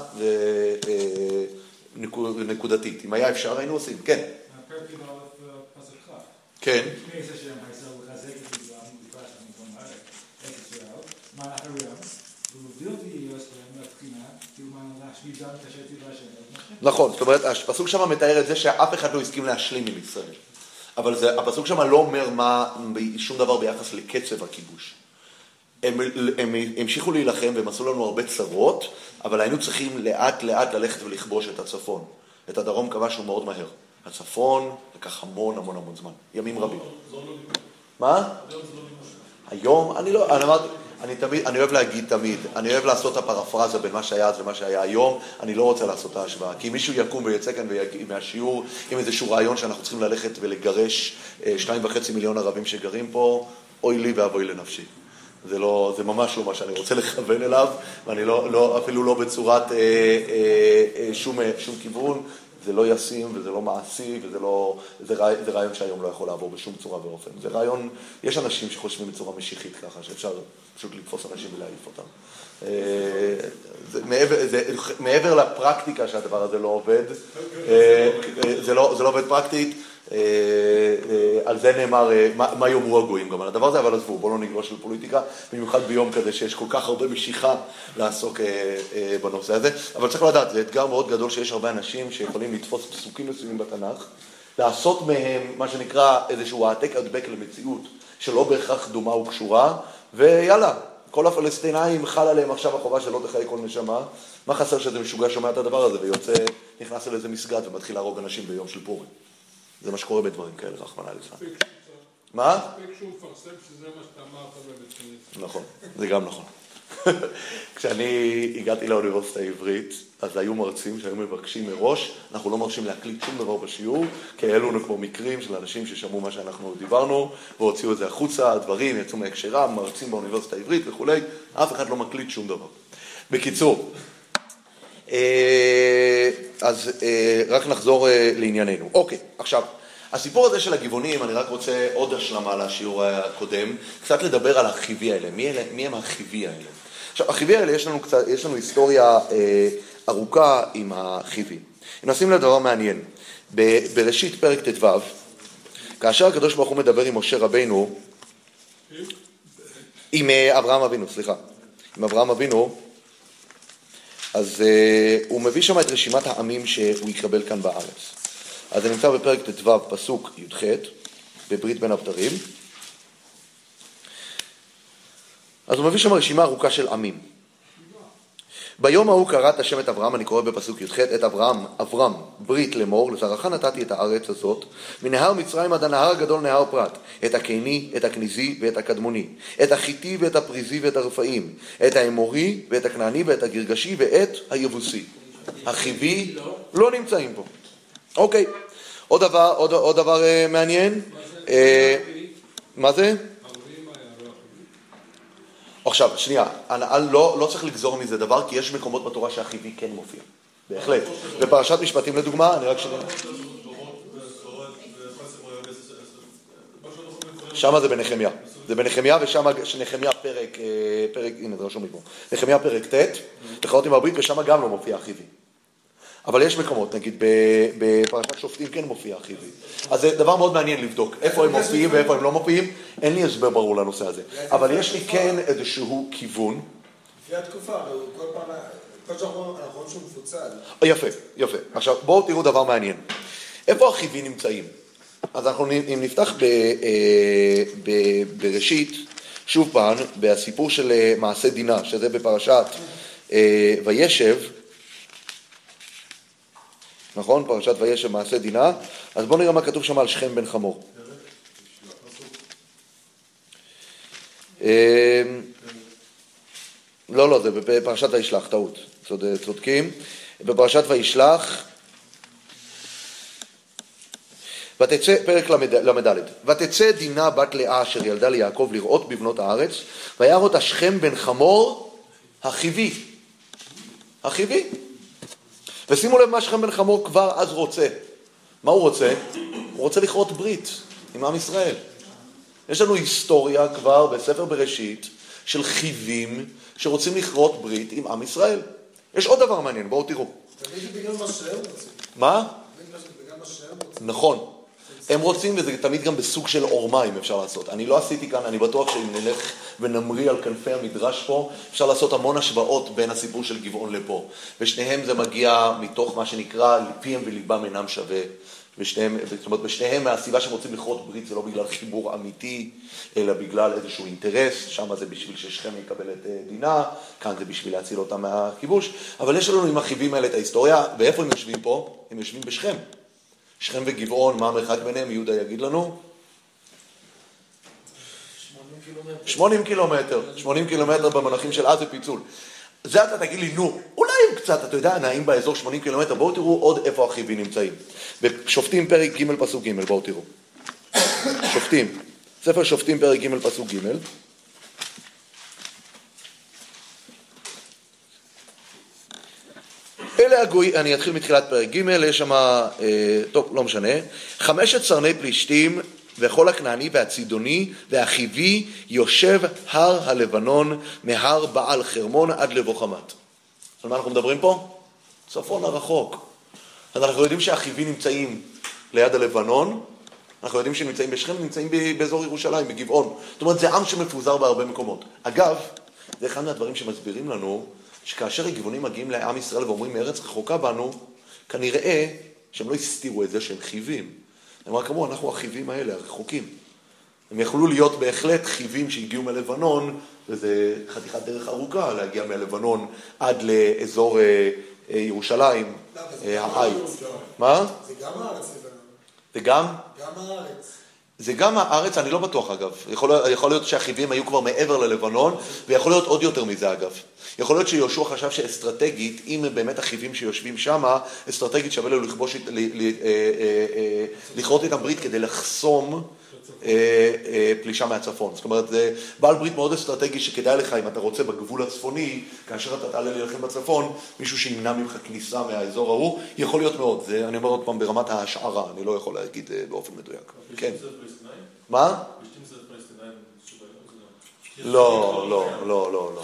ונקודתית. אם היה אפשר היינו עושים, כן. כן. נכון, זאת אומרת, הפסוק שם מתאר את זה שאף אחד לא הסכים להשלים עם ישראל. אבל הפסוק שם לא אומר שום דבר ביחס לקצב הכיבוש. הם המשיכו להילחם והם עשו לנו הרבה צרות, אבל היינו צריכים לאט לאט ללכת ולכבוש את הצפון. את הדרום כבשנו מאוד מהר. הצפון לקח המון המון המון זמן, ימים רבים. מה? היום, אני אוהב להגיד תמיד, אני אוהב לעשות את הפרפרזה בין מה שהיה אז ומה שהיה היום, אני לא רוצה לעשות את ההשוואה, כי מישהו יקום ויצא כאן מהשיעור עם איזשהו רעיון שאנחנו צריכים ללכת ולגרש 2.5 מיליון ערבים שגרים פה, אוי לי ואבוי לנפשי. זה ממש לא מה שאני רוצה לכוון אליו, ואני אפילו לא בצורת שום כיוון, זה לא ישים וזה לא מעשי, זה רעיון שהיום לא יכול לעבור בשום צורה ואופן. זה רעיון, יש אנשים שחושבים בצורה משיחית ככה, שאפשר פשוט לתפוס אנשים ולהעיף אותם. זה מעבר לפרקטיקה שהדבר הזה לא עובד, זה לא עובד פרקטית, על זה נאמר מה יאמרו הגויים גם על הדבר הזה, אבל עזבו, בואו לא נגלוש לפוליטיקה, במיוחד ביום כזה שיש כל כך הרבה משיכה לעסוק בנושא הזה, אבל צריך לדעת, זה אתגר מאוד גדול שיש הרבה אנשים שיכולים לתפוס פסוקים מסוימים בתנ"ך, לעשות מהם מה שנקרא איזשהו העתק הדבק למציאות, שלא בהכרח דומה וקשורה, ויאללה, כל הפלסטינאים חל עליהם עכשיו החובה שלא תחי כל נשמה, מה חסר שזה משוגע שומע את הדבר הזה ויוצא, נכנס אל איזה מסגד ומתחיל להרוג אנשים ביום של פורים. זה מה שקורה בדברים כאלה, רחמנא ליצלן. מה? מספיק שהוא מפרסם שזה מה שאתה אמרת בבית כנסת. נכון, זה גם נכון. כשאני הגעתי לאוניברסיטה העברית, אז היו מרצים שהיו מבקשים מראש, אנחנו לא מרשים להקליט שום דבר בשיעור, כי היו לנו כמו מקרים של אנשים ששמעו מה שאנחנו דיברנו, והוציאו את זה החוצה, הדברים יצאו מהקשרם, מרצים באוניברסיטה העברית וכולי, אף אחד לא מקליט שום דבר. בקיצור, אז רק נחזור לענייננו. אוקיי, עכשיו, הסיפור הזה של הגבעונים, אני רק רוצה עוד השלמה לשיעור הקודם, קצת לדבר על החיבי האלה. מי הם החיבי האלה? עכשיו, החיבי האלה, יש לנו היסטוריה ארוכה עם החיבי. אם נשים לדבר מעניין, בראשית פרק ט"ו, כאשר הקדוש ברוך הוא מדבר עם משה רבינו, עם אברהם אבינו, אז הוא מביא שם את רשימת העמים שהוא יקבל כאן בארץ. אז זה נמצא בפרק ט"ו, פסוק י"ח, בברית בין הבתרים. אז הוא מביא שם רשימה ארוכה של עמים. ביום ההוא קראת השם את אברהם, אני קורא בפסוק י"ח, את אברהם, ברית לאמור, לזרעך נתתי את הארץ הזאת, מנהר מצרים עד הנהר הגדול נהר פרת, את הקני, את הכניזי ואת הקדמוני, את החיתי ואת הפריזי ואת הרפאים, את האמורי ואת הכנעני ואת הגרגשי ואת היבוסי. החיבי לא נמצאים פה. אוקיי, עוד דבר מעניין. מה זה? עכשיו, שנייה, לא צריך לגזור מזה דבר, כי יש מקומות בתורה שהחיבי כן מופיע. בהחלט. בפרשת משפטים לדוגמה, אני רק שנייה. שמה זה בנחמיה. זה בנחמיה, ושמה נחמיה פרק, הנה זה רשום לי פה. נחמיה פרק ט', בחיות עם הברית, ושמה גם לא מופיע החיבי. אבל יש מקומות, נגיד בפרשת שופטים כן מופיע החיבי. אז זה דבר מאוד מעניין לבדוק, איפה הם מופיעים ואיפה הם לא מופיעים, אין לי הסבר ברור לנושא הזה. אבל יש לי כן איזשהו כיוון. לפי התקופה, כל פעם, כל שאנחנו רואים שהוא מפוצל. יפה, יפה. עכשיו בואו תראו דבר מעניין. איפה החיבים נמצאים? אז אנחנו אם נפתח בראשית, שוב פעם, בסיפור של מעשה דינה, שזה בפרשת וישב, נכון? פרשת וישב מעשה דינה, אז בואו נראה מה כתוב שם על שכם בן חמור. לא, זה בפרשת וישלח, טעות, צודקים. בפרשת וישלח, ותצא, פרק למדלת, ותצא דינה בת לאה אשר ילדה ליעקב לראות בבנות הארץ, וירא אותה שכם בן חמור החיבי. החיבי. ושימו לב מה שכם בן חמור כבר אז רוצה. מה הוא רוצה? הוא רוצה לכרות ברית עם עם ישראל. יש לנו היסטוריה כבר בספר בראשית של חיבים שרוצים לכרות ברית עם עם ישראל. יש עוד דבר מעניין, בואו תראו. תמיד בגלל מה שהם רוצים. מה? בגלל מה שהם רוצים. נכון. הם רוצים, וזה תמיד גם בסוג של עורמה אם אפשר לעשות. אני לא עשיתי כאן, אני בטוח שאם נלך ונמריא על כנפי המדרש פה, אפשר לעשות המון השוואות בין הסיפור של גבעון לפה. ושניהם זה מגיע מתוך מה שנקרא, פיהם וליבם אינם שווה. זאת אומרת, בשניהם הסיבה שהם רוצים לכרות ברית זה לא בגלל חיבור אמיתי, אלא בגלל איזשהו אינטרס, שם זה בשביל ששכם יקבל את דינה, כאן זה בשביל להציל אותם מהכיבוש, אבל יש לנו עם החיבים האלה את ההיסטוריה, ואיפה הם יושבים פה? הם יושבים בשכם. שכם וגבעון, מה המרחק ביניהם? יהודה יגיד לנו? 80 קילומטר. 80 קילומטר במונחים של אז ופיצול. זה אתה תגיד לי, נו, אולי הם קצת, אתה יודע, נעים באזור 80 קילומטר, בואו תראו עוד איפה החיבים נמצאים. בשופטים פרק ג' פסוק ג', בואו תראו. שופטים, ספר שופטים פרק ג' פסוק ג'. אלה הגויים, אני אתחיל מתחילת פרק ג', יש שם, טוב, לא משנה, 5 צרני פלישתים וכל הכנעני והצידוני והחיבי יושב הר הלבנון מהר בעל חרמון עד לבוא חמת. על מה אנחנו מדברים פה? צפון הרחוק. אז אנחנו יודעים שהחיבי נמצאים ליד הלבנון, אנחנו יודעים שהם נמצאים בשכם, נמצאים באזור ירושלים, בגבעון. זאת אומרת, זה עם שמפוזר בהרבה מקומות. אגב, זה אחד מהדברים שמסבירים לנו, שכאשר הגבעונים מגיעים לעם ישראל ואומרים מארץ רחוקה בנו, כנראה שהם לא הסתירו את זה שהם חיבים. הם רק אמרו, אנחנו החיבים האלה, הרחוקים. הם יכלו להיות בהחלט חיבים שהגיעו מלבנון, וזה חתיכת דרך ארוכה להגיע מלבנון עד לאזור ירושלים, העיר. מה? זה גם הארץ לבנון. זה גם? גם הארץ. זה גם הארץ, אני לא בטוח אגב. יכול להיות שהחיבים היו כבר מעבר ללבנון, ויכול להיות עוד יותר מזה אגב. יכול להיות שיהושע חשב שאסטרטגית, אם באמת החיבים שיושבים שם, אסטרטגית שווה לו לכרות איתם ברית כדי לחסום פלישה מהצפון. זאת אומרת, זה בעל ברית מאוד אסטרטגי שכדאי לך, אם אתה רוצה בגבול הצפוני, כאשר אתה תעלה להילחם בצפון, מישהו שימנע ממך כניסה מהאזור ההוא, יכול להיות מאוד. זה, אני אומר עוד פעם ברמת ההשערה, אני לא יכול להגיד באופן מדויק. כן. מה? לא.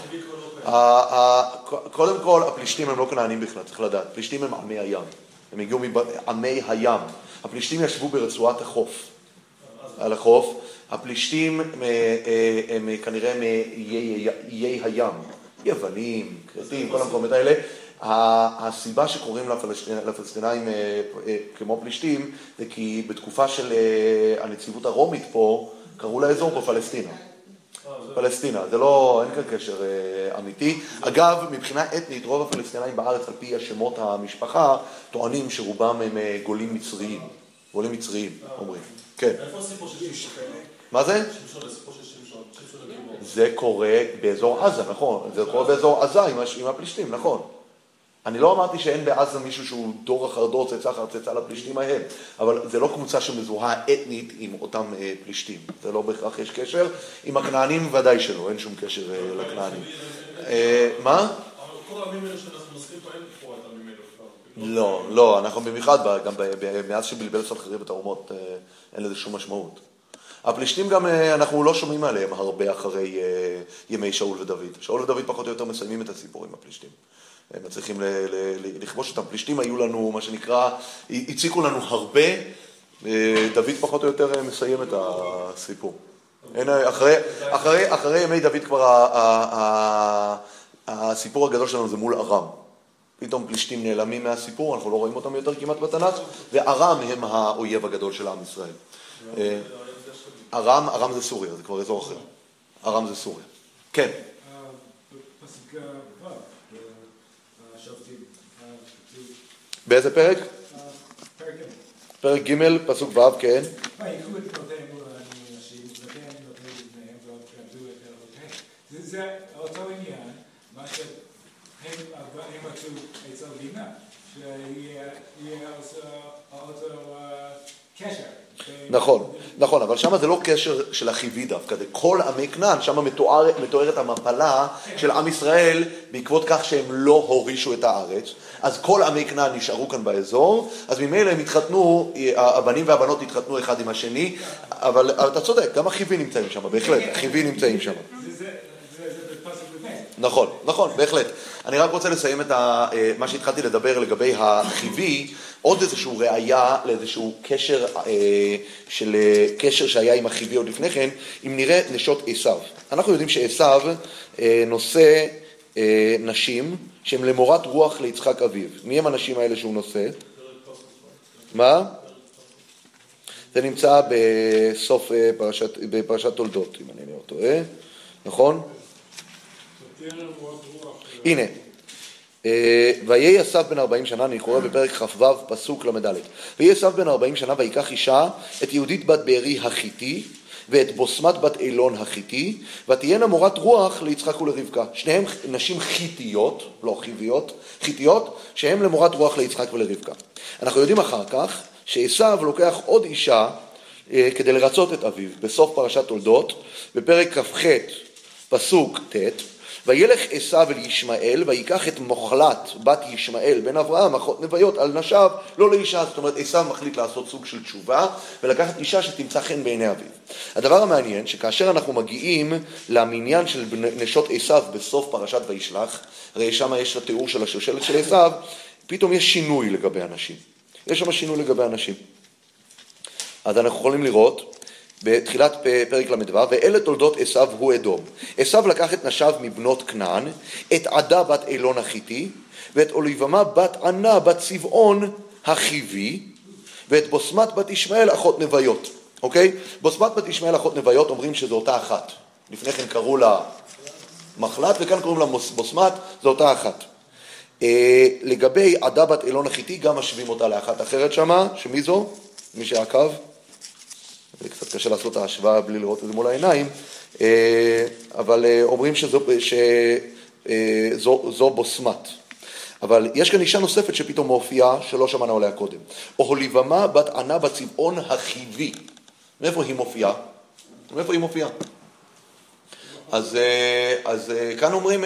קודם כל, הפלישתים הם לא כנענים בכלל, צריך לדעת. הפלישתים הם עמי הים. הם הגיעו מעמי הים. הפלישתים ישבו ברצועת החוף. על החוף. הפלישתים הם כנראה מאיי הים. יוונים, קרטים, כל המקומות האלה. הסיבה שקוראים לפלסטינאים כמו פלישתים, זה כי בתקופה של הנציבות הרומית פה, קראו לאזור פה פלסטינה. פלסטינה, זה לא, אין כאן קשר אמיתי. אגב, מבחינה אתנית, רוב הפלסטינאים בארץ, על פי השמות המשפחה, טוענים שרובם הם גולים מצריים. גולים מצריים, אומרים. כן. איפה הסיפור של שמשון? מה זה? שמשון, הסיפור של שמשון. זה קורה באזור עזה, נכון. זה קורה באזור עזה עם הפלישתים, נכון. אני לא אמרתי שאין בעזה מישהו שהוא דור אחר דור, צאצא אחר צאצא לפלישתים ההם, אבל זה לא קבוצה שמזוהה אתנית עם אותם פלישתים. זה לא בהכרח יש קשר. עם הכנענים ודאי שלא, אין שום קשר לכנענים. מה? כל העמים האלה שאנחנו מזכירים פה, אין פה את העמים האלה. לא, אנחנו במיוחד, גם מאז שבלבל סנחריב את האומות, אין לזה שום משמעות. הפלישתים גם, אנחנו לא שומעים עליהם הרבה אחרי ימי שאול ודוד. שאול ודוד פחות או יותר מסיימים את הסיפור עם הפלישתים. הם מצליחים לכבוש אותם. פלישתים היו לנו, מה שנקרא, הציקו לנו הרבה, דוד פחות או יותר מסיים את הסיפור. אחרי ימי דוד כבר הסיפור הגדול שלנו זה מול ארם. פתאום פלישתים נעלמים מהסיפור, אנחנו לא רואים אותם יותר כמעט בתנ"ך, וארם הם האויב הגדול של עם ישראל. ארם זה סוריה, זה כבר אזור אחר. ארם זה סוריה. כן. פסוק ו' בשופטים. באיזה פרק? פרק ג'. פרק ג', פסוק ו', כן. ויקחו את בנותיהם מול הנשים, ובנותיהם נותנים לבניהם ועוד כבדו את אלוהיהם. זה אותו עניין, מה שהם רצו אצל בינה, שיהיה אותו קשר. נכון, אבל שם זה לא קשר של החיבי דווקא, זה כל עמי כנען, שם מתוארת המפלה של עם ישראל בעקבות כך שהם לא הורישו את הארץ, אז כל עמי כנען נשארו כאן באזור, אז ממילא הם התחתנו, הבנים והבנות התחתנו אחד עם השני, אבל אתה צודק, גם החיבי נמצאים שם, בהחלט, החיבי נמצאים שם. נכון, בהחלט. אני רק רוצה לסיים את מה שהתחלתי לדבר לגבי החיבי, עוד איזשהו ראייה לאיזשהו קשר שהיה עם החיבי עוד לפני כן, אם נראה נשות עשיו. אנחנו יודעים שעשיו נושא נשים שהן למורת רוח ליצחק אביו. מי הם הנשים האלה שהוא נושא? מה? זה נמצא בסוף בפרשת תולדות, אם אני לא טועה. נכון? הנה, ויהי עשיו בן 40 שנה, אני קורא בפרק כ"ו פסוק למד. ויהי עשיו בן 40 שנה ויקח אישה את יהודית בת בארי החיתי ואת בוסמת בת אילון החיתי, ותהיינה מורת רוח ליצחק ולרבקה. שניהם נשים חיתיות, לא חיביות, חיתיות, שהם למורת רוח ליצחק ולרבקה. אנחנו יודעים אחר כך שעשיו לוקח עוד אישה כדי לרצות את אביו. בסוף פרשת תולדות, בפרק כ"ח פסוק ט', וילך עשיו אל ישמעאל ויקח את מוחלת בת ישמעאל בן אברהם אחות נוויות על נשיו, לא לאישה. זאת אומרת עשיו מחליט לעשות סוג של תשובה ולקחת אישה שתמצא חן בעיני אביו. הדבר המעניין שכאשר אנחנו מגיעים למניין של נשות עשיו בסוף פרשת וישלח, הרי שם יש התיאור של השושלת של עשיו, פתאום יש שינוי לגבי אנשים. יש שם שינוי לגבי אנשים. אז אנחנו יכולים לראות בתחילת פרק למדבר, ואלה תולדות עשיו הוא אדום. עשיו לקח את נשיו מבנות כנען, את עדה בת אילון החיתי, ואת אוליבמה בת ענה בת צבעון החיבי, ואת בוסמת בת ישמעאל אחות נוויות. אוקיי? בוסמת בת ישמעאל אחות נוויות אומרים שזו אותה אחת. לפני כן קראו לה מחלת, וכאן קוראים לה בוסמת, זו אותה אחת. לגבי עדה בת אילון החיתי, גם משווים אותה לאחת אחרת שמה, שמי זו? מי שעקב? זה קצת קשה לעשות את ההשוואה בלי לראות את זה מול העיניים, אבל אומרים שזו בוסמת. אבל יש כאן אישה נוספת שפתאום מופיעה, שלא שמענו עליה קודם. אוליבמה בת ענה בצבעון החיבי. מאיפה היא מופיעה? מאיפה היא מופיעה? אז כאן אומרים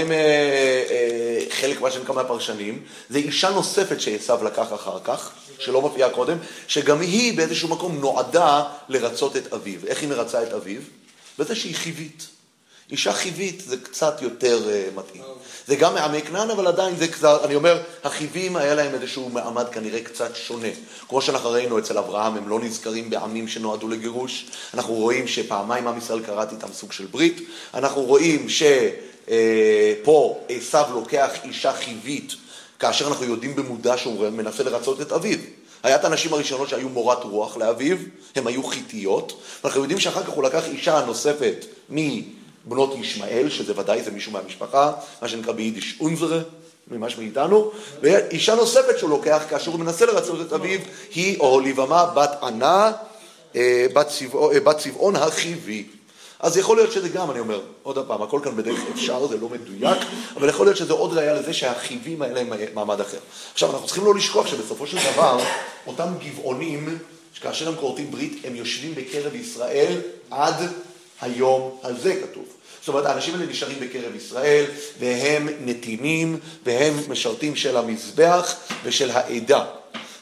חלק מה שנקרא מהפרשנים, זה אישה נוספת שעשיו לקח אחר כך, שלא מופיעה קודם, שגם היא באיזשהו מקום נועדה לרצות את אביו. איך היא מרצה את אביו? בזה שהיא חיבית. אישה חיבית זה קצת יותר מתאים. זה גם מעמי כנען, אבל עדיין זה קצת, אני אומר, החיבים היה להם איזשהו מעמד כנראה קצת שונה. כמו שאנחנו ראינו אצל אברהם, הם לא נזכרים בעמים שנועדו לגירוש. אנחנו רואים שפעמיים עם ישראל קראת איתם סוג של ברית. אנחנו רואים שפה עשיו לוקח אישה חיבית, כאשר אנחנו יודעים במודע שהוא מנסה לרצות את אביו. היה את הנשים הראשונות שהיו מורת רוח לאביו, הם היו חיתיות, ואנחנו יודעים שאחר כך הוא לקח אישה נוספת מבנות ישמעאל, שזה ודאי זה מישהו מהמשפחה, מה שנקרא ביידיש אונזרה, ממש מאיתנו, ואישה נוספת שהוא לוקח כאשר הוא מנסה לרצות את אביו, היא אוליבמה בת ענה, בת צבעון החיבי. אז יכול להיות שזה גם, אני אומר, עוד הפעם, הכל כאן בדרך אפשר, זה לא מדויק, אבל יכול להיות שזה עוד ראיה לזה שהחיבים האלה הם מעמד אחר. עכשיו, אנחנו צריכים לא לשכוח שבסופו של דבר, אותם גבעונים, שכאשר הם כורתים ברית, הם יושבים בקרב ישראל עד היום הזה כתוב. זאת אומרת, האנשים האלה נשארים בקרב ישראל, והם נתינים, והם משרתים של המזבח ושל העדה.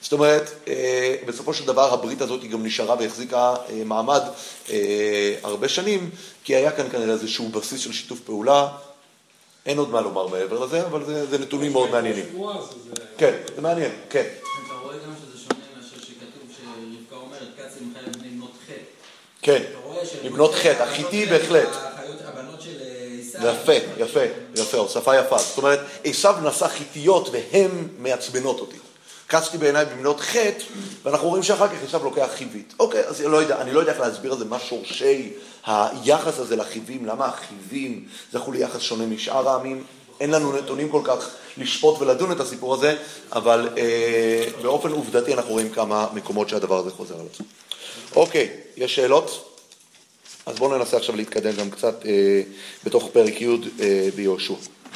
זאת אומרת, בסופו של דבר הברית הזאת היא גם נשארה והחזיקה מעמד הרבה שנים, כי היה כאן כנראה איזשהו בסיס של שיתוף פעולה. אין עוד מה לומר מעבר לזה, אבל זה נתונים מאוד מעניינים. כן, זה מעניין, כן. אתה רואה גם שזה שונה מאשר שכתוב שרבקה אומרת, קצי מחייב בני בנות חטא. כן, לבנות חטא, החיתי בהחלט. הבנות של עשיו. יפה, הוספה יפה. זאת אומרת, עשיו נשא חיתיות והן מעצבנות אותי. קצתי בעיניי בבנות חטא, ואנחנו רואים שאחר כך עשיו לוקח חיבית. אוקיי, אז אני לא יודע איך להסביר את זה, מה שורשי היחס הזה לחיבים, למה החיבים זכו ליחס שונה משאר העמים. אין לנו נתונים כל כך לשפוט ולדון את הסיפור הזה, אבל באופן עובדתי אנחנו רואים כמה מקומות שהדבר הזה חוזר על עצמו. אוקיי, יש שאלות? אז בואו ננסה עכשיו להתקדם גם קצת בתוך פרק י' ביהושע.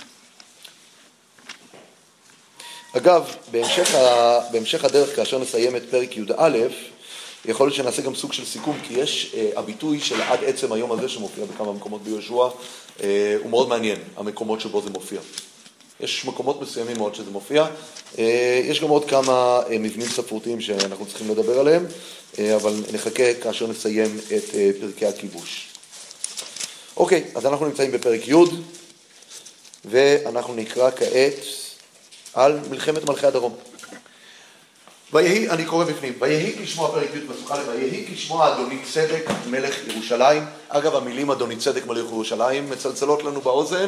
אגב, בהמשך הדרך, כאשר נסיים את פרק י"א, יכול להיות שנעשה גם סוג של סיכום, כי יש הביטוי של עד עצם היום הזה שמופיע בכמה מקומות ביהושע, הוא מאוד מעניין, המקומות שבו זה מופיע. יש מקומות מסוימים מאוד שזה מופיע, יש גם עוד כמה מבנים ספרותיים שאנחנו צריכים לדבר עליהם, אבל נחכה כאשר נסיים את פרקי הכיבוש. אוקיי, אז אנחנו נמצאים בפרק י' ואנחנו נקרא כעת על מלחמת מלכי הדרום. ויהי, אני קורא בפנים, ויהי כשמוע פרק י' פסוק א', ויהי כשמוע אדוני צדק מלך ירושלים. אגב, המילים אדוני צדק מלך ירושלים מצלצלות לנו באוזן.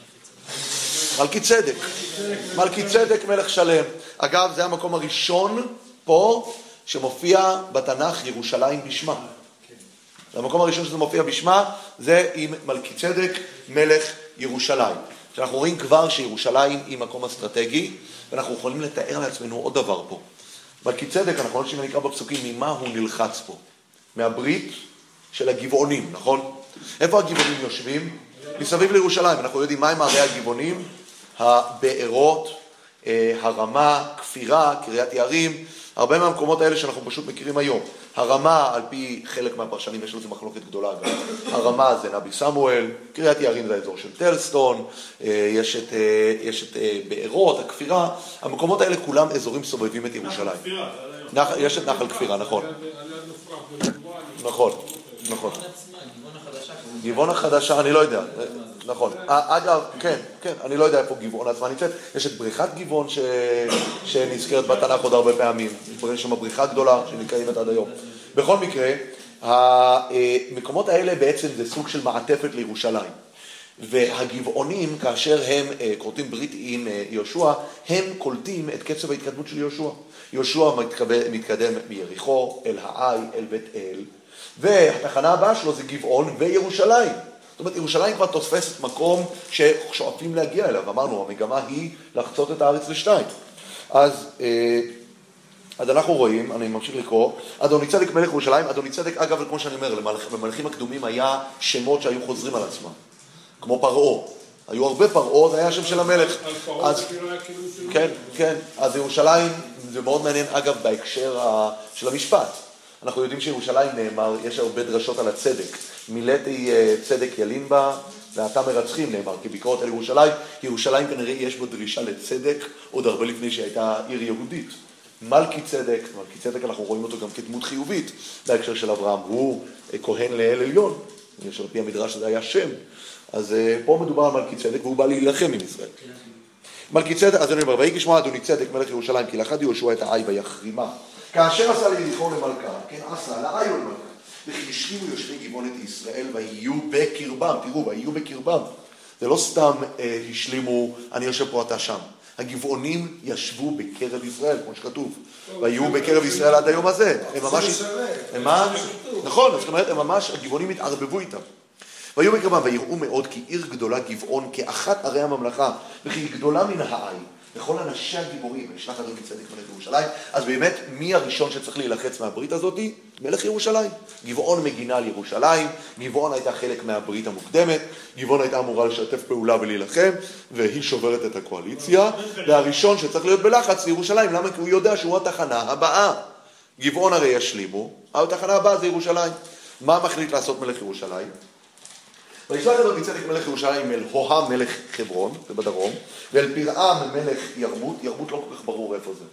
מלכי צדק מלך שלם. אגב, זה המקום הראשון פה שמופיע בתנ"ך ירושלים בשמה. המקום הראשון שזה מופיע בשמה זה עם מלכי צדק מלך ירושלים. שאנחנו רואים כבר שירושלים היא מקום אסטרטגי, ואנחנו יכולים לתאר לעצמנו עוד דבר פה. מלכי צדק, אנחנו רואים שנקרא בפסוקים, ממה הוא נלחץ פה? מהברית של הגבעונים, נכון? איפה הגבעונים יושבים? מסביב לירושלים. אנחנו יודעים מה הם ערי הגבעונים, הבארות, הרמה, כפירה, קריית יערים, הרבה מהמקומות האלה שאנחנו פשוט מכירים היום. הרמה, על פי חלק מהפרשנים, יש לזה מחלוקת גדולה גם. הרמה זה נבי סמואל, קריית יערים זה האזור של טלסטון, יש את בארות, הכפירה. המקומות האלה כולם אזורים סובבים את ירושלים. יש את נחל כפירה, נכון. נכון. גבעון החדשה, אני לא יודע. נכון. אגב, כן, אני לא יודע איפה גבעון עצמה נמצאת. יש את בריכת גבעון שנזכרת בתנ"ך עוד הרבה פעמים. יש שם בריכה גדולה שנקיימת עד היום. בכל מקרה, המקומות האלה בעצם זה סוג של מעטפת לירושלים. והגבעונים, כאשר הם כורתים ברית עם יהושע, הם קולטים את קצב ההתקדמות של יהושע. יהושע מתקדם מיריחו אל העי, אל בית אל, והתחנה הבאה שלו זה גבעון וירושלים. זאת אומרת, ירושלים כבר תופסת מקום ששואפים להגיע אליו. אמרנו, המגמה היא לחצות את הארץ לשתיים. אז אנחנו רואים, אני ממשיך לקרוא, אדוני צדק מלך ירושלים. אדוני צדק, אגב, כמו שאני אומר, במלכים הקדומים היה שמות שהיו חוזרים על עצמם. כמו פרעה. היו הרבה פרעה, זה היה השם של המלך. כן, אז ירושלים, זה מאוד מעניין, אגב, בהקשר של המשפט. אנחנו יודעים שירושלים נאמר, יש הרבה דרשות על הצדק. מילאתי צדק ילין בה, ואתה מרצחים נאמר, כביקורת על ירושלים. ירושלים כנראה יש בו דרישה לצדק, עוד הרבה לפני שהייתה עיר יהודית. מלכי צדק אנחנו רואים אותו גם כדמות חיובית, בהקשר של אברהם. הוא כהן לאל עליון, על פי המדרש שזה היה שם. אז פה מדובר על מלכי צדק, והוא בא להילחם עם ישראל. מלכי צדק, אז אני אומר, ויהי כשמוע אדוני צדק מלך ירושלים, כי לחד יהושע את העי ויחרימה. כאשר עשה ליריחו למלכה, כן עשה, לעי ולמלכה. וכי השכימו יושבי גבעון את ישראל ויהיו בקרבם. תראו, ויהיו בקרבם. זה לא סתם השלימו, אני יושב פה, אתה שם. הגבעונים ישבו בקרב ישראל, כמו שכתוב. ויהיו בקרב ישראל עד היום הזה. הם ממש, נכון, זאת אומרת, הם ממש, הגבעונים התערבבו איתם. ויהיו בקרבם ויראו מאוד כי עיר גדולה גבעון כאחת ערי הממלכה, וכי היא גדולה מן העי. וכל אנשי הגיבורים, נשלח אדוני צדק מלך ירושלים. אז באמת, מי הראשון שצריך להילחץ מהברית הזאת? מלך ירושלים. גבעון מגינה על ירושלים, גבעון הייתה חלק מהברית המוקדמת, גבעון הייתה אמורה לשתף פעולה ולהילחם, והיא שוברת את הקואליציה, והראשון שצריך להיות בלחץ זה ירושלים. למה? כי הוא יודע שהוא התחנה הבאה. גבעון הרי ישלימו, אבל התחנה הבאה זה ירושלים. מה מחליט לעשות מלך ירושלים? וישלח אדוני צדק מלך ירושלים אל הוהם מלך חברון, זה בדרום, ואל פרעם מלך ירמות. ירמות לא כל כך ברור איפה זה.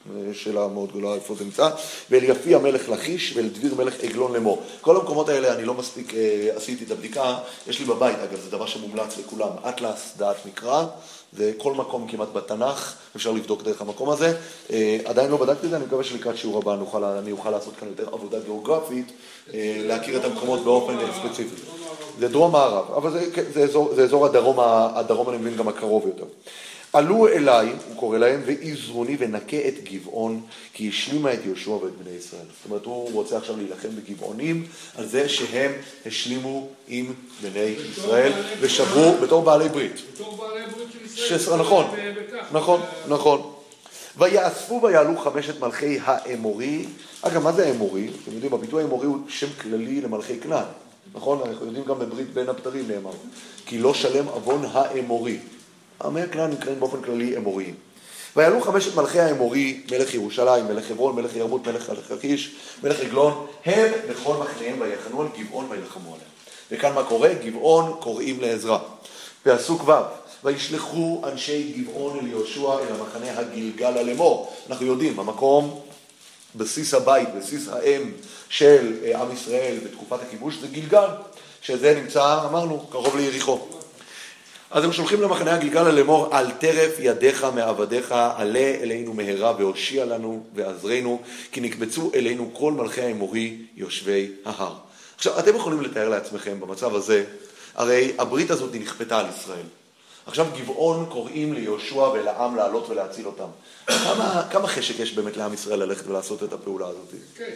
שאלה מאוד גדולה איפה זה נמצא, ואל יפי המלך לכיש ואל דביר מלך עגלון לאמור. כל המקומות האלה אני לא מספיק עשיתי את הבדיקה, יש לי בבית אגב, זה דבר שמומלץ לכולם, אטלס דעת מקרא, זה כל מקום כמעט בתנ"ך, אפשר לבדוק דרך המקום הזה, עדיין לא בדקתי את זה, אני מקווה שלקראת שיעור הבא אני אוכל לעשות כאן יותר עבודה גיאוגרפית, להכיר את המקומות באופן ספציפי. זה דרום מערב, אבל זה אזור הדרום אני מבין גם הקרוב יותר. עלו אליי, הוא קורא להם, ועזרוני ונקה את גבעון, כי השלימה את יהושע ואת בני ישראל. זאת אומרת, הוא רוצה עכשיו להילחם בגבעונים, על זה שהם השלימו עם בני ישראל, ושברו בתור בעלי ברית. בתור בעלי ברית של ישראל. נכון. ויאספו ויעלו 5 מלכי האמורי. אגב, מה זה האמורי? אתם יודעים, הביטוי האמורי הוא שם כללי למלכי כנען. נכון? אנחנו יודעים גם בברית בין הבתרים נאמר. כי לא שלם עוון האמורי. עמי הכנען נקראים באופן כללי אמוריים. ויעלו 5 מלכי האמורי, מלך ירושלים, מלך חברון, מלך ירמות, מלך לכיש, מלך עגלון, הם בכל מחניהם ויחנו על גבעון וילחמו עליהם. וכאן מה קורה? גבעון קוראים לעזרה. פסוק ו' וישלחו אנשי גבעון אל יהושע אל המחנה הגלגל לאמור. אנחנו יודעים, המקום, בסיס הבית, בסיס האם של עם ישראל בתקופת הכיבוש זה גלגל, שזה נמצא, אמרנו, קרוב ליריחו. אז הם שולחים למחנה הגלגל לאמור, אל טרף ידיך מעבדיך, עלה אלינו מהרה והושיע לנו ועזרנו, כי נקבצו אלינו כל מלכי האמורי יושבי ההר. עכשיו, אתם יכולים לתאר לעצמכם במצב הזה, הרי הברית הזאת נכפתה על ישראל. עכשיו גבעון קוראים ליהושע ולעם לעלות ולהציל אותם. כמה חשק יש באמת לעם ישראל ללכת ולעשות את הפעולה הזאת?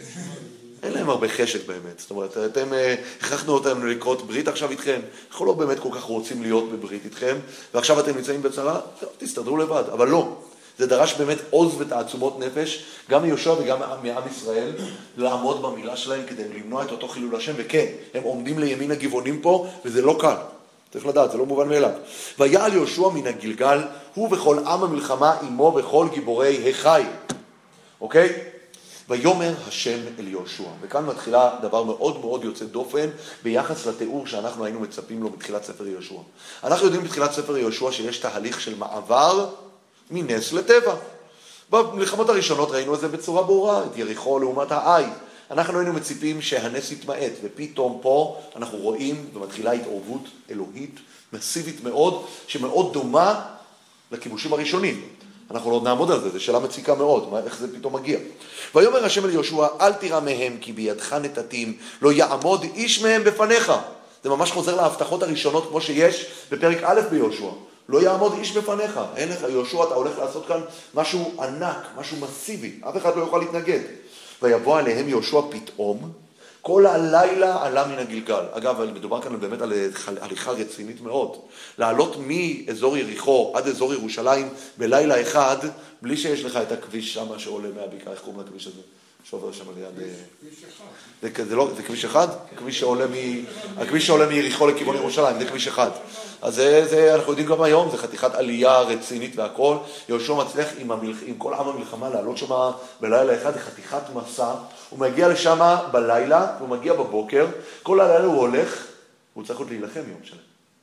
אין להם הרבה חשק באמת. זאת אומרת, אתם הכרחנו אותם לקרות ברית עכשיו איתכם. אנחנו לא באמת כל כך רוצים להיות בברית איתכם, ועכשיו אתם נמצאים בצרה, תסתדרו לבד. אבל לא. זה דרש באמת עוז ותעצומות נפש, גם מיהושע וגם מעם ישראל, לעמוד במילה שלהם כדי למנוע את אותו חילול השם, וכן, הם עומדים לימין הגבעונים פה, וזה לא קל. צריך לדעת, זה לא מובן מאליו. ויעל יהושע מן הגלגל, הוא וכל עם המלחמה עמו וכל גיבורי החי. אוקיי? ויאמר השם אל יהושע. וכאן מתחילה דבר מאוד מאוד יוצא דופן ביחס לתיאור שאנחנו היינו מצפים לו בתחילת ספר יהושע. אנחנו יודעים בתחילת ספר יהושע שיש תהליך של מעבר מנס לטבע. במלחמות הראשונות ראינו את זה בצורה ברורה, את יריחו לעומת העי. אנחנו היינו מציפים שהנס יתמעט, ופתאום פה אנחנו רואים ומתחילה התעורבות אלוהית מסיבית מאוד, שמאוד דומה לכיבושים הראשונים. אנחנו לא נעמוד על זה, זו שאלה מציקה מאוד, איך זה פתאום מגיע. ויאמר השם אל יהושע, אל תירא מהם, כי בידך נתתים, לא יעמוד איש מהם בפניך. זה ממש חוזר להבטחות הראשונות כמו שיש בפרק א' ביהושע. לא יעמוד איש בפניך. אין לך, יהושע, אתה הולך לעשות כאן משהו ענק, משהו מסיבי. אף אחד לא יוכל להתנגד. ויבוא עליהם יהושע פתאום, כל הלילה עלה מן הגלגל. אגב, מדובר כאן באמת על הליכה רצינית מאוד. לעלות מאזור יריחו עד אזור ירושלים בלילה אחד, בלי שיש לך את הכביש שם שעולה מהבקעה. איך קוראים לכביש הזה? שעובר שם על יד... זה כביש אחד? הכביש שעולה מיריחו לכיוון ירושלים, זה כביש אחד. אז זה אנחנו יודעים גם היום, זה חתיכת עלייה רצינית והכל. יהושע מצליח עם כל עם המלחמה לעלות שם בלילה אחד, זה חתיכת מסע. הוא מגיע לשם בלילה, הוא מגיע בבוקר, כל הלילה הוא הולך, הוא צריך עוד להילחם יום שלם.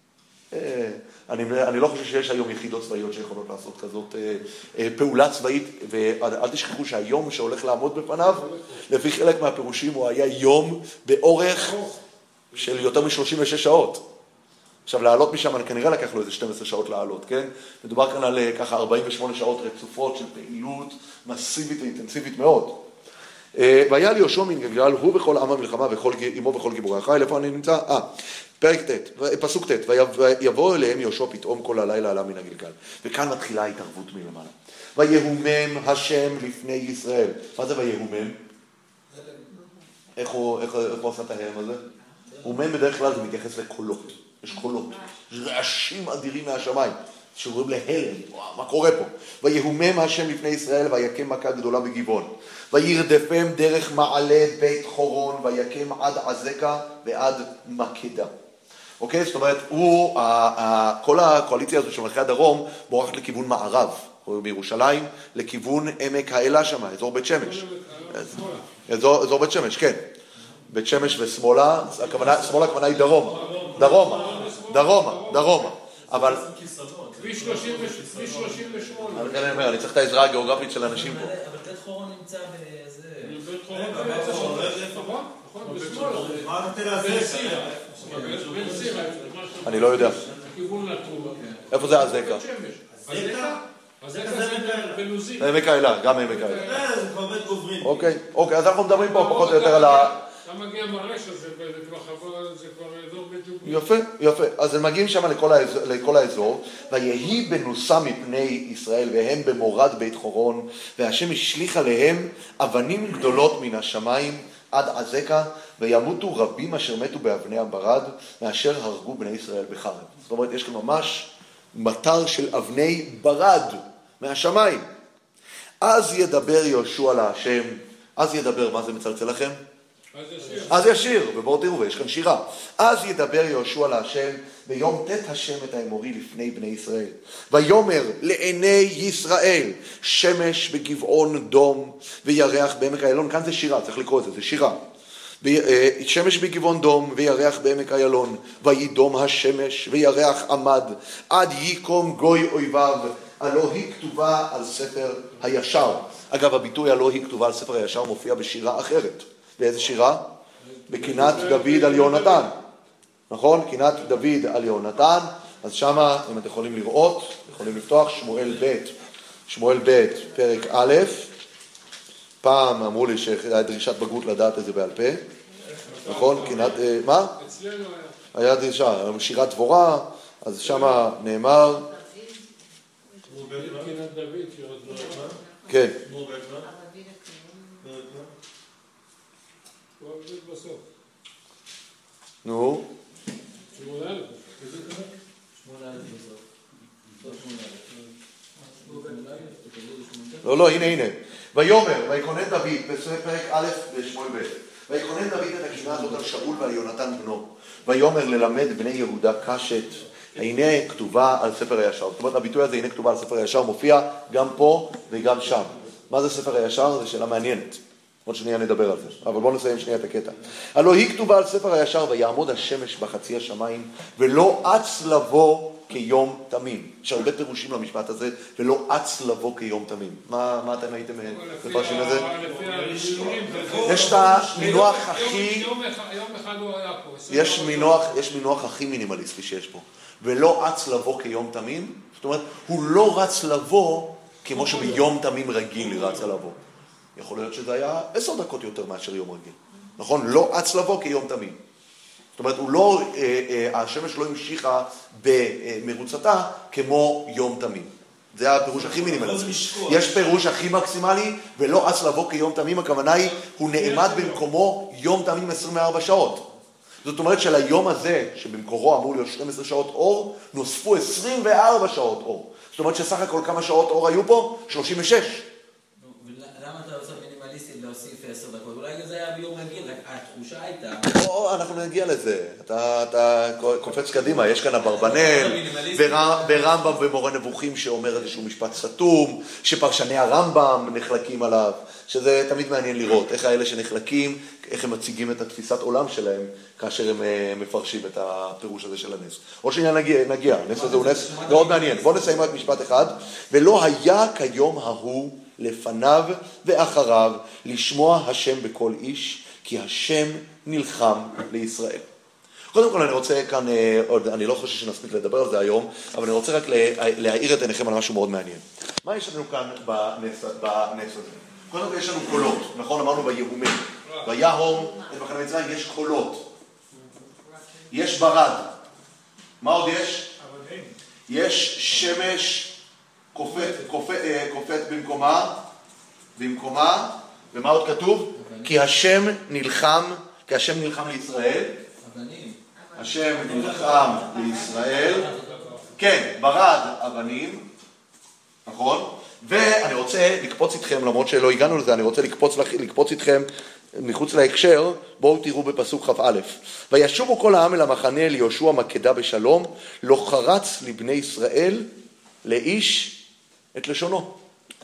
אני לא חושב שיש היום יחידות צבאיות שיכולות לעשות כזאת פעולה צבאית, ואל תשכחו שהיום שהולך לעמוד בפניו, לפי חלק מהפירושים הוא היה יום באורך של יותר מ-36 שעות. עכשיו, לעלות משם, כנראה לקח לו איזה 12 שעות לעלות, כן? מדובר כאן על ככה 48 שעות רצופות של פעילות מסיבית ואינטנסיבית מאוד. והיה יהושע מן גלגל, הוא בכל עם המלחמה, עמו בכל גיבורי החי. איפה אני נמצא? פסוק ט', ויבוא אליהם יהושע פתאום כל הלילה עלה מן הגלגל. וכאן מתחילה ההתערבות מלמעלה. ויהומם השם לפני ישראל. מה זה ויהומם? איך הוא עושה את ההם הזה? הומם בדרך כלל זה מתייחס לקולות. יש קולות. יש רעשים אדירים מהשמיים. שקוראים להלם. מה קורה פה? ויהומם השם לפני ישראל ויקם מכה גדולה בגבעון. וירדפם דרך מעלה בית חורון ויקם עד עזקה ועד מקדה. אוקיי? זאת אומרת, כל הקואליציה הזו של מלכי הדרום בורחת לכיוון מערב, בירושלים, לכיוון עמק האלה שם, אזור בית שמש. אזור בית שמש, כן. בית שמש ושמאלה, שמאלה הכוונה היא דרומה. אבל כביש 38. אני אומר, אני צריך את העזרה הגיאוגרפית של האנשים פה. אבל בית חורון נמצא בזה... בית חורון נכון, בשמאל. מה נותן להזקה? בין סירה. אני לא יודע. כיוון לטור. איפה זה הזקה? הזקה זה בלוזית. עמק האלה, גם עמק האלה. זה כבר בית גוברין. אוקיי, אז אנחנו מדברים פה פחות או יותר על ה... אתה מגיע מרשע, זה כבר אזור בדיוק. יפה. אז הם מגיעים שם לכל האזור, ויהי בנוסה מפני ישראל, והם במורד בית חורון, והשם השליך עליהם אבנים גדולות מן השמיים עד עזקה, וימותו רבים אשר מתו באבני הברד, מאשר הרגו בני ישראל בחרב. זאת אומרת, יש כאן ממש מטר של אבני ברד מהשמיים. אז ידבר יהושע להשם, אז ידבר, מה זה מצלצל לכם? אז ישיר, ובואו תראו, ויש כאן שירה. אז ידבר יהושע להשם, ביום תת השם את האמורי לפני בני ישראל. ויאמר לעיני ישראל, שמש בגבעון דום, וירח בעמק איילון. כאן זה שירה, צריך לקרוא את זה, זה שירה. שמש בגבעון דום, וירח בעמק איילון. וידום השמש, וירח עמד, עד יקום גוי אויביו. הלא היא כתובה על ספר הישר. אגב, הביטוי הלא היא כתובה על ספר הישר מופיע בשירה אחרת. באיזה שירה? בקינת דוד על יהונתן. נכון? קינת דוד על יהונתן. אז שמה, אם אתם יכולים לראות, יכולים לפתוח שמואל ב' פרק א'. פעם אמרו לי שהיה דרישת בגרות לדעת את זה בעל פה. נכון? קינת, מה? אצלנו היה דרישה, שירת דבורה, אז שמה נאמר. קינת דוד, שירת דבורה. כן. בסוף. נו. 8,000. לא, הנה. ויאמר, ויקונן דוד, בפרק א' בשמואל ב', ויקונן דוד את הקינה הזאת על שאול ועל יהונתן בנו, ויאמר ללמד בני יהודה קשת, הנה כתובה על ספר הישר. זאת אומרת, הביטוי הזה, הנה כתובה על ספר הישר, מופיע גם פה וגם שם. מה זה ספר הישר? זו שאלה מעניינת. עוד שנייה נדבר על זה, אבל בואו נסיים שנייה את הקטע. הלא היא כתובה על ספר הישר, ויעמוד השמש בחצי השמיים, ולא אץ לבוא כיום תמים. יש הרבה פירושים למשפט הזה, ולא אץ לבוא כיום תמים. מה אתם הייתם מפרשים לזה? יש את המינוח הכי... יום אחד הוא היה פה. יש מינוח הכי מינימליסטי שיש פה. ולא אץ לבוא כיום תמים, זאת אומרת, הוא לא רץ לבוא כמו שביום תמים רגיל רץ לבוא. יכול להיות שזה היה 10 דקות יותר מאשר יום רגיל. נכון? לא אץ לבוא כיום תמים. זאת אומרת, השמש לא המשיכה במרוצתה כמו יום תמים. זה הפירוש הכי מינימליסטי. יש פירוש הכי מקסימלי, ולא אץ לבוא כיום תמים, הכוונה היא, הוא נעמד במקומו יום תמים 24 שעות. זאת אומרת שליום הזה, שבמקורו אמור להיות 12 שעות אור, נוספו 24 שעות אור. זאת אומרת שסך הכל כמה שעות אור היו פה? 36. למה אתה רוצה מינימליסטית להוסיף 10 דקות? אולי זה היה ביום רגיל, רק התחושה הייתה... אנחנו נגיע לזה. אתה קופץ קדימה, יש כאן אברבנאל, ורמב"ם ומורה נבוכים שאומר איזשהו משפט סתום, שפרשני הרמב"ם נחלקים עליו, שזה תמיד מעניין לראות איך האלה שנחלקים, איך הם מציגים את התפיסת עולם שלהם, כאשר הם מפרשים את הפירוש הזה של הנס. עוד שנייה נגיע, הנס הזה הוא נס מאוד מעניין. בואו נסיים רק משפט אחד. ולא היה כיום ההוא לפניו ואחריו לשמוע השם בכל איש, כי השם נלחם לישראל. קודם כל אני רוצה כאן, אני לא חושב שנספיק לדבר על זה היום, אבל אני רוצה רק להעיר את עיניכם על משהו מאוד מעניין. מה יש לנו כאן בנס הזה? קודם כל יש לנו קולות, נכון? אמרנו ביהומים. ביהום, את מחנה מצרים, יש קולות. יש ברד. מה עוד יש? יש שמש קופאת במקומה, ומה עוד כתוב? כי השם נלחם לישראל. השם נלחם לישראל. כן, ברד אבנים, נכון? ואני רוצה לקפוץ איתכם, למרות שלא הגענו לזה, אני רוצה לקפוץ איתכם מחוץ להקשר. בואו תראו בפסוק כ"א. וישובו כל העם אל המחנה אל יהושע מקדה בשלום, לא חרץ לבני ישראל לאיש את לשונו.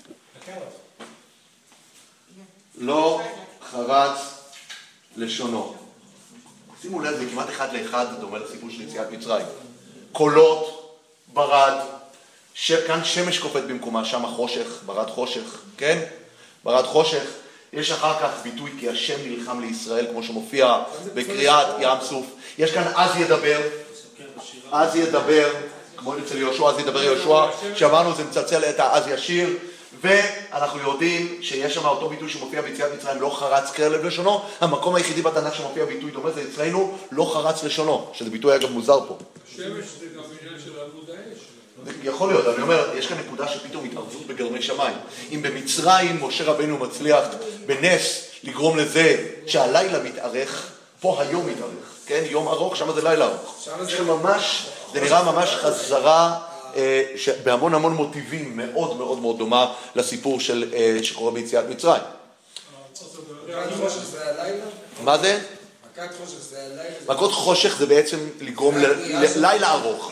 לא חרץ לשונו. שימו לב, זה כמעט אחד לאחד דומה לסיפור של יציאת מצרים. קולות, ברד, כאן שמש קופאת במקומה, שם החושך, ברד חושך, כן? ברד חושך. יש אחר כך ביטוי כי השם נלחם לישראל, כמו שמופיע בקריאת ים סוף. יש כאן אז ידבר, אז ידבר, כמו אצל יהושע, אז ידבר יהושע, שאמרנו זה מצלצל את האז ישיר, ואנחנו יודעים שיש שם אותו ביטוי שמופיע ביציאת מצרים, לא חרץ קרא לב לשונו. המקום היחידי בתנ"ך שמופיע ביטוי דומה זה אצלנו, לא חרץ לשונו, שזה ביטוי אגב מוזר פה. שמש זה גם עניין של עמוד האש. יכול להיות, אני אומר, יש כאן נקודה שפתאום התערבות בגרמי שמיים. אם במצרים משה רבנו מצליח בנס לגרום לזה שהלילה מתארך, פה היום מתארך, כן? יום ארוך, שם זה לילה ארוך. זה נראה ממש חזרה בהמון המון מוטיבים מאוד מאוד מאוד דומה לסיפור שקורה ביציאת מצרים. מכת חושך זה הלילה? מה זה? מכת חושך זה הלילה? מכות חושך זה בעצם לגרום ללילה ארוך.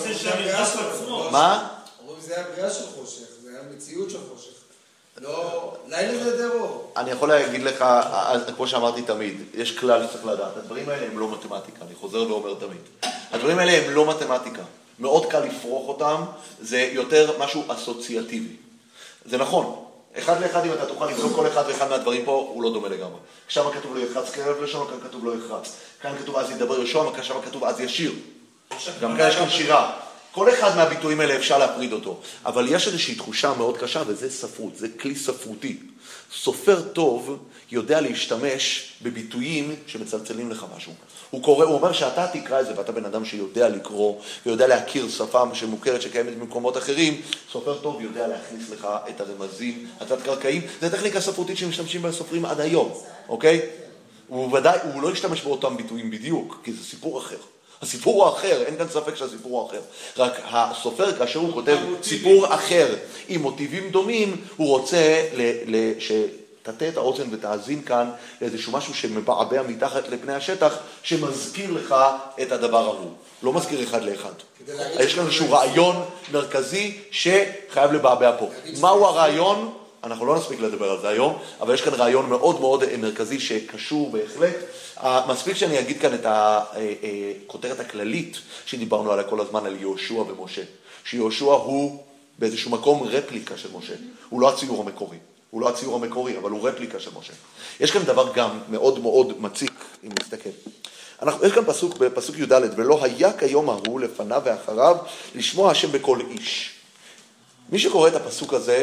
מה? אומרים זה הבריאה של חושך, זה המציאות של חושך. לא, לילה זה דרור. אני יכול להגיד לך, כמו שאמרתי תמיד, יש כלל שצריך לדעת, הדברים האלה הם לא מתמטיקה, אני חוזר ואומר תמיד. הדברים האלה הם לא מתמטיקה, מאוד קל לפרוח אותם, זה יותר משהו אסוציאטיבי. זה נכון, אחד לאחד אם אתה תוכל לבדוק כל אחד ואחד מהדברים פה, הוא לא דומה לגמרי. שם כתוב לא יחרץ קרא לב לשונו, כאן כתוב לא יחרץ. כאן כתוב אז ידבר יהושע, שם כתוב אז ישיר. גם כאן יש כאן שירה. כל אחד מהביטויים האלה אפשר להפריד אותו, אבל יש איזושהי תחושה מאוד קשה, וזה ספרות, זה כלי ספרותי. סופר טוב יודע להשתמש בביטויים שמצלצלים לך משהו. הוא אומר שאתה תקרא את זה, ואתה בן אדם שיודע לקרוא, ויודע להכיר שפה שמוכרת שקיימת במקומות אחרים, סופר טוב יודע להכניס לך את הרמזים התת-קרקעיים. זה טכניקה ספרותית שמשתמשים בה סופרים עד היום, אוקיי? הוא לא ישתמש באותם ביטויים בדיוק, כי זה סיפור אחר. הסיפור הוא אחר, אין כאן ספק שהסיפור הוא אחר. רק הסופר, כאשר הוא כותב סיפור אחר עם מוטיבים דומים, הוא רוצה שתטה את האוזן ותאזין כאן לאיזשהו משהו שמבעבע מתחת לפני השטח, שמזכיר לך את הדבר ההוא. לא מזכיר אחד לאחד. יש כאן איזשהו רעיון מרכזי שחייב לבעבע פה. מהו הרעיון? אנחנו לא נספיק לדבר על זה היום, אבל יש כאן רעיון מאוד מאוד מרכזי שקשור בהחלט. מספיק שאני אגיד כאן את הכותרת הכללית שדיברנו עליה כל הזמן על יהושע ומשה. שיהושע הוא באיזשהו מקום רפליקה של משה. הוא לא הציור המקורי. הוא לא הציור המקורי, אבל הוא רפליקה של משה. יש כאן דבר גם מאוד מאוד מציק, אם נסתכל. יש כאן פסוק בפסוק י"ד, ולא היה כיום ההוא לפניו ואחריו לשמוע השם בכל איש. מי שקורא את הפסוק הזה,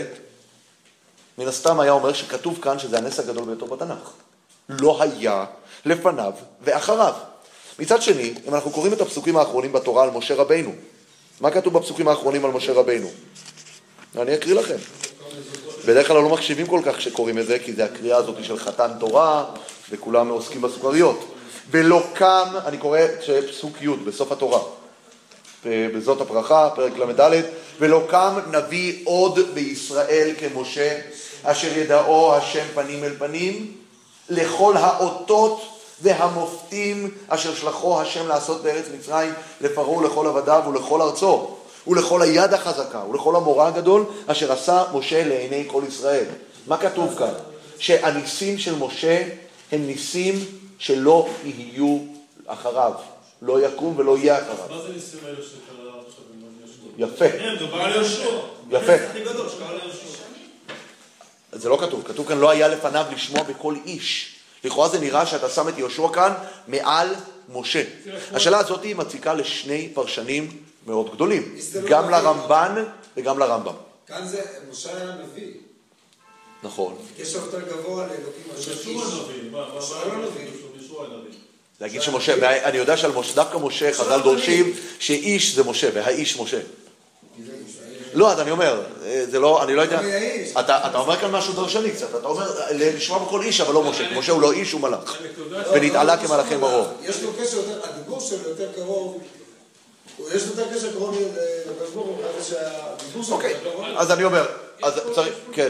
מן הסתם היה אומר שכתוב כאן שזה הנס הגדול ביותר בתנ"ך. לא היה לפניו ואחריו. מצד שני, אם אנחנו קוראים את הפסוקים האחרונים בתורה על משה רבינו, מה כתוב בפסוקים האחרונים על משה רבינו? אני אקריא לכם. בדרך כלל לא מחשיבים כל כך שקוראים את זה, כי זה הקריאה הזאת של חתן תורה, וכולם עוסקים בסוכריות. ולא קם, אני קורא פסוק י' בסוף התורה, בזאת הברכה, פרק למד, ולא קם נביא עוד בישראל כמשה, אשר ידעו השם פנים אל פנים, לכל האותות והמופתים אשר שלחו השם לעשות בארץ מצרים, לפרעה ולכל עבדיו ולכל ארצו, ולכל היד החזקה ולכל המורא הגדול, אשר עשה משה לעיני כל ישראל. מה כתוב כאן? שהניסים של משה הם ניסים שלא יהיו אחריו. לא יקום ולא יהיה אחריו. מה זה ניסים האלה שקרה עכשיו עם יהושע? יפה. כן, דבר על יהושע. יפה. הכי גדול שקרה ליהושע. זה לא כתוב. כתוב כאן לא היה לפניו לשמוע בכל איש. לכאורה זה נראה שאתה שם את יהושע כאן מעל משה. השאלה הזאת היא מציקה לשני פרשנים מאוד גדולים. גם לרמב"ן וגם לרמב"ם. כאן זה, משה היה נביא. נכון. יש יותר גבוה לאלוקים מאשר איש. יהושע הנביא. יהושע הנביא. יהושע הנביא. להגיד שמשה, אני יודע שעל משה, דווקא משה, חז"ל דורשים שאיש זה משה, והאיש משה. לא, אז אני אומר, זה לא, אני לא יודע, אתה אומר כאן משהו דרשני קצת, אתה אומר, לשמוע בכל איש, אבל לא משה, כי משה הוא לא איש, הוא מלאך, ונתעלה כמלאכי מרום. יש לו קשר יותר, הדיבור שלו יותר קרוב, יש לו יותר קשר קרוב לקדוש ברוך הוא, כזה שהדיבור שלו יותר קרוב. אז אני אומר, אז צריך, כן.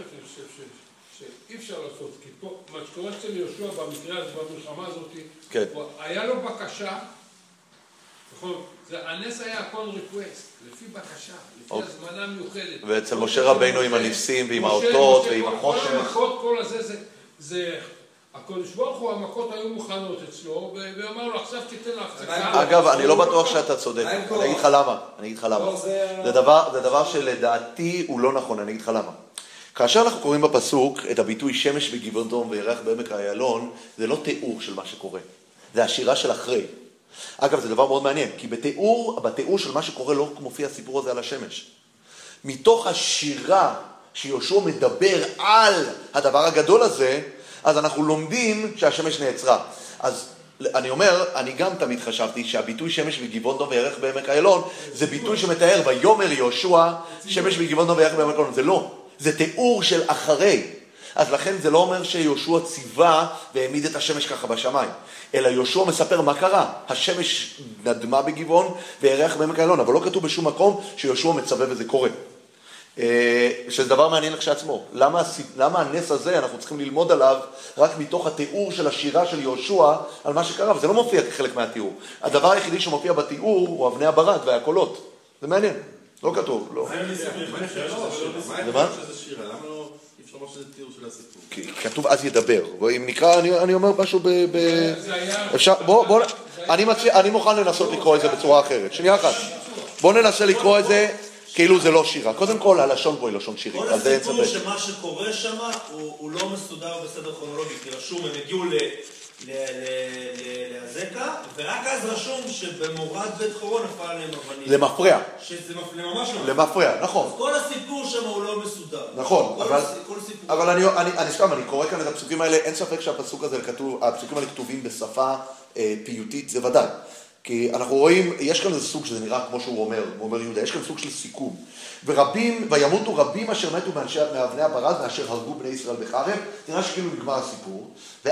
שאי אפשר לעשות, כי פה, מה שקורה אצל יהושע במקרה הזה, במלחמה הזאת, כן. היה לו בקשה, נכון, הנס היה הכל ריקווסט, לפי בקשה, לפי הזמנה מיוחדת. ואצל משה רבינו עם הניסים ועם האותות ועם החושך. כל המכות, כל הזה, זה הקדוש ברוך הוא, המכות היו מוכנות אצלו, ואמר לו, עכשיו תיתן לה הפסקה. אגב, אני לא בטוח שאתה צודק. אני אגיד לך למה. זה דבר שלדעתי הוא לא נכון, אני אגיד לך למה. כאשר אנחנו קוראים בפסוק את הביטוי שמש בגבעון דום וירח בעמק איילון, זה לא תיאור של מה שקורה. זה השירה של אחרי. אגב, זה דבר מאוד מעניין, כי בתיאור של מה שקורה לא מופיע הסיפור הזה על השמש. מתוך השירה שיהושע מדבר על הדבר הגדול הזה, אז אנחנו לומדים שהשמש נעצרה. אז אני אומר, אני גם תמיד חשבתי שהביטוי שמש בגבעון דום וירח בעמק איילון, זה ביטוי שמתאר ויאמר יהושע שמש בגבעון דום וירח בעמק איילון. זה לא. זה תיאור של אחרי. אז לכן זה לא אומר שיהושע ציווה והעמיד את השמש ככה בשמיים, אלא יהושע מספר מה קרה. השמש נדמה בגבעון וירח בעמק איילון, אבל לא כתוב בשום מקום שיהושע מצווה וזה קורה. שזה דבר מעניין כשעצמו. למה הנס הזה אנחנו צריכים ללמוד עליו רק מתוך התיאור של השירה של יהושע על מה שקרה, וזה לא מופיע כחלק מהתיאור. הדבר היחידי שמופיע בתיאור הוא אבני הברד והקולות. זה מעניין. לא כתוב, לא. למה לא אפשר לומר שזה תיאור של הסיפור? כי כתוב אז ידבר, ואם נקרא, אני אומר משהו אפשר, בוא, אני מוכן לנסות לקרוא את זה בצורה אחרת. שנייה אחת. בוא ננסה לקרוא את זה כאילו זה לא שירה. קודם כל, הלשון פה היא לשון שירית. כל הסיפור שמה שקורה שם הוא לא מסודר בסדר כרונולוגי, כי רשום, הם הגיעו להזקה, ורק אז רשום שבמורד בית חורון נפל עליהם אבנים. למפרע. שזה ממש לא. למפרע, נכון. כל הסיפור שם הוא לא מסודר. נכון, אבל אני קורא כאן את הפסוקים האלה, אין ספק שהפסוקים האלה כתובים בשפה פיוטית, זה ודאי. כי אנחנו רואים, יש כאן איזה סוג שזה נראה כמו שהוא אומר יהודה, יש כאן סוג של סיכום. וימותו רבים אשר מתו מאבני הברד ואשר הרגו בני ישראל בחרב, נראה שכאילו נגמר הסיפור.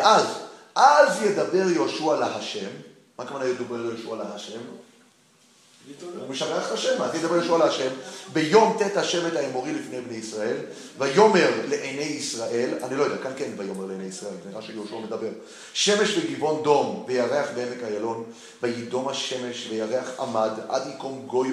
ואז ידבר יהושע להשם. מה כמובן ידבר יהושע להשם? הוא משבח את השם, אז ידבר יהושע להשם. ביום תת השם את האמורי לפני בני ישראל, ויאמר לעיני ישראל, אני לא יודע, כאן כן ויאמר לעיני ישראל, נראה שיהושע מדבר. שמש בגבעון דום וירח בעמק איילון, וידום השמש וירח עמד, עד יקום גוי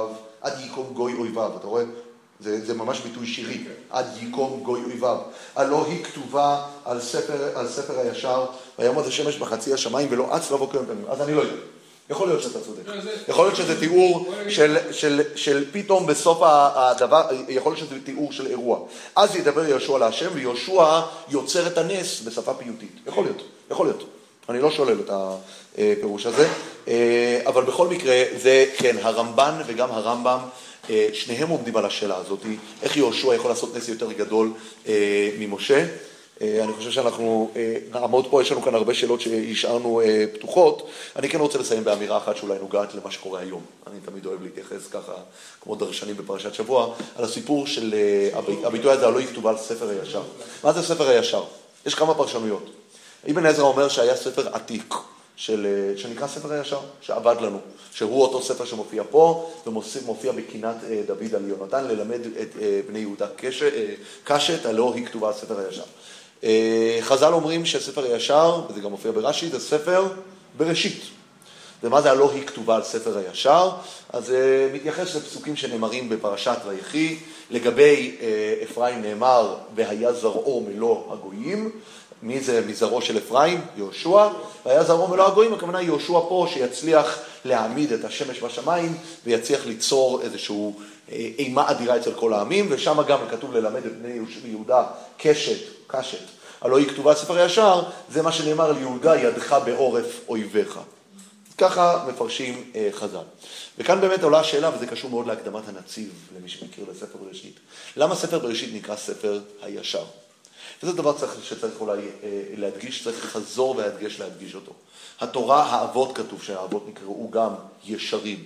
אויביו, אתה רואה? זה ממש ביטוי שירי, עד יקום גוי אויביו. הלא היא כתובה על ספר הישר, ויעמוד השמש בחצי השמיים ולא אץ לבוא כיום פעמים. אז אני לא יודע. יכול להיות שאתה צודק. יכול להיות שזה תיאור של פתאום בסוף הדבר, יכול להיות שזה תיאור של אירוע. אז ידבר יהושע להשם, ויהושע יוצר את הנס בשפה פיוטית. יכול להיות. אני לא שולל את הפירוש הזה. אבל בכל מקרה, זה כן, הרמב"ן וגם הרמב"ם, שניהם עומדים על השאלה הזאת, איך יהושע יכול לעשות נס יותר גדול ממשה. אני חושב שאנחנו נעמוד פה, יש לנו כאן הרבה שאלות שהשארנו פתוחות. אני כן רוצה לסיים באמירה אחת שאולי נוגעת למה שקורה היום. אני תמיד אוהב להתייחס ככה, כמו דרשנים בפרשת שבוע, על הסיפור של הביטוי הזה, הלא היא כתובה על ספר הישר. מה זה ספר הישר? יש כמה פרשנויות. אבן עזרא אומר שהיה ספר עתיק, שנקרא ספר הישר, שעבד לנו, שהוא אותו ספר שמופיע פה, ומופיע בקינת דוד על יונתן, ללמד את בני יהודה קשת, הלא היא כתובה על ספר הישר. חז"ל אומרים שספר הישר, וזה גם מופיע ברש"י, זה ספר בראשית. ומה זה הלא היא כתובה על ספר הישר? אז זה מתייחס לפסוקים שנאמרים בפרשת ויחי, לגבי אפרים נאמר, והיה זרעו מלוא הגויים. מי זה מזרעו של אפרים? יהושע. והיה זרעו מלוא הגויים, הכוונה יהושע פה שיצליח להעמיד את השמש בשמיים, ויצליח ליצור איזשהו אימה אדירה אצל כל העמים, ושם גם כתוב ללמד את בני יהודה קשת. הלא היא כתובה ספר הישר, זה מה שנאמר ליהודה, ידך בעורף אויביך. ככה מפרשים חז"ל. וכאן באמת עולה השאלה, וזה קשור מאוד להקדמת הנציב, למי שמכיר לספר בראשית. למה ספר בראשית נקרא ספר הישר? וזה דבר שצריך אולי להדגיש, צריך לחזור להדגיש אותו. התורה, האבות כתוב שהאבות נקראו גם ישרים.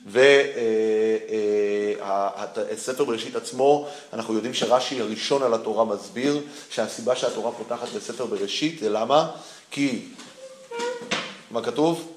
והספר בראשית עצמו, אנחנו יודעים שרש"י הראשון על התורה מסביר שהסיבה שהתורה פותחת בספר בראשית זה למה? כי, מה כתוב?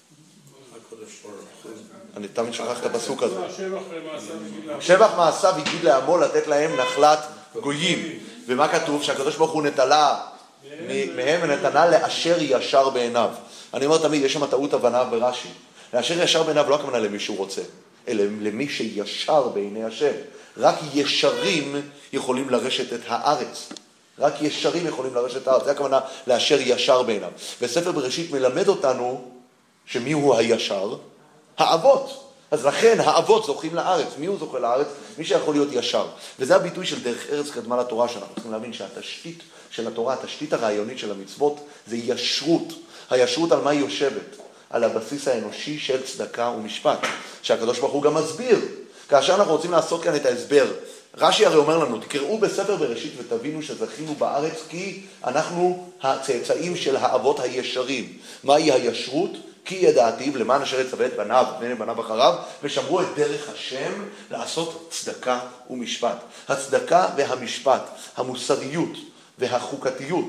אני תמיד שכח את הפסוק הזה. שבח מעשיו הגיד לעמו לתת להם נחלת גויים. ומה כתוב? שהקדוש ברוך הוא נטלה מהם ונתנה לאשר ישר בעיניו. אני אומר תמיד, יש שם טעות הבנה ברש"י. לאשר ישר בעיניו לא הכוונה למי שהוא רוצה, אלא למי שישר בעיני השם. רק ישרים יכולים לרשת את הארץ. רק ישרים יכולים לרשת את הארץ, זה הכוונה לאשר ישר בעיניו. וספר בראשית מלמד אותנו שמי הוא הישר? האבות. אז לכן האבות זוכים לארץ. מי הוא זוכה לארץ? מי שיכול להיות ישר. וזה הביטוי של דרך ארץ קדמה לתורה, שאנחנו צריכים להבין שהתשתית של התורה, התשתית הרעיונית של המצוות, זה ישרות. הישרות על מה היא יושבת? על הבסיס האנושי של צדקה ומשפט, שהקדוש ברוך הוא גם מסביר. כאשר אנחנו רוצים לעשות כאן את ההסבר, רש"י הרי אומר לנו, תקראו בספר בראשית ותבינו שזכינו בארץ כי אנחנו הצאצאים של האבות הישרים. מהי הישרות? כי ידעתיו למען אשר יצווה את בניו, בניו אחריו, ושמרו את דרך השם לעשות צדקה ומשפט. הצדקה והמשפט, המוסריות והחוקתיות,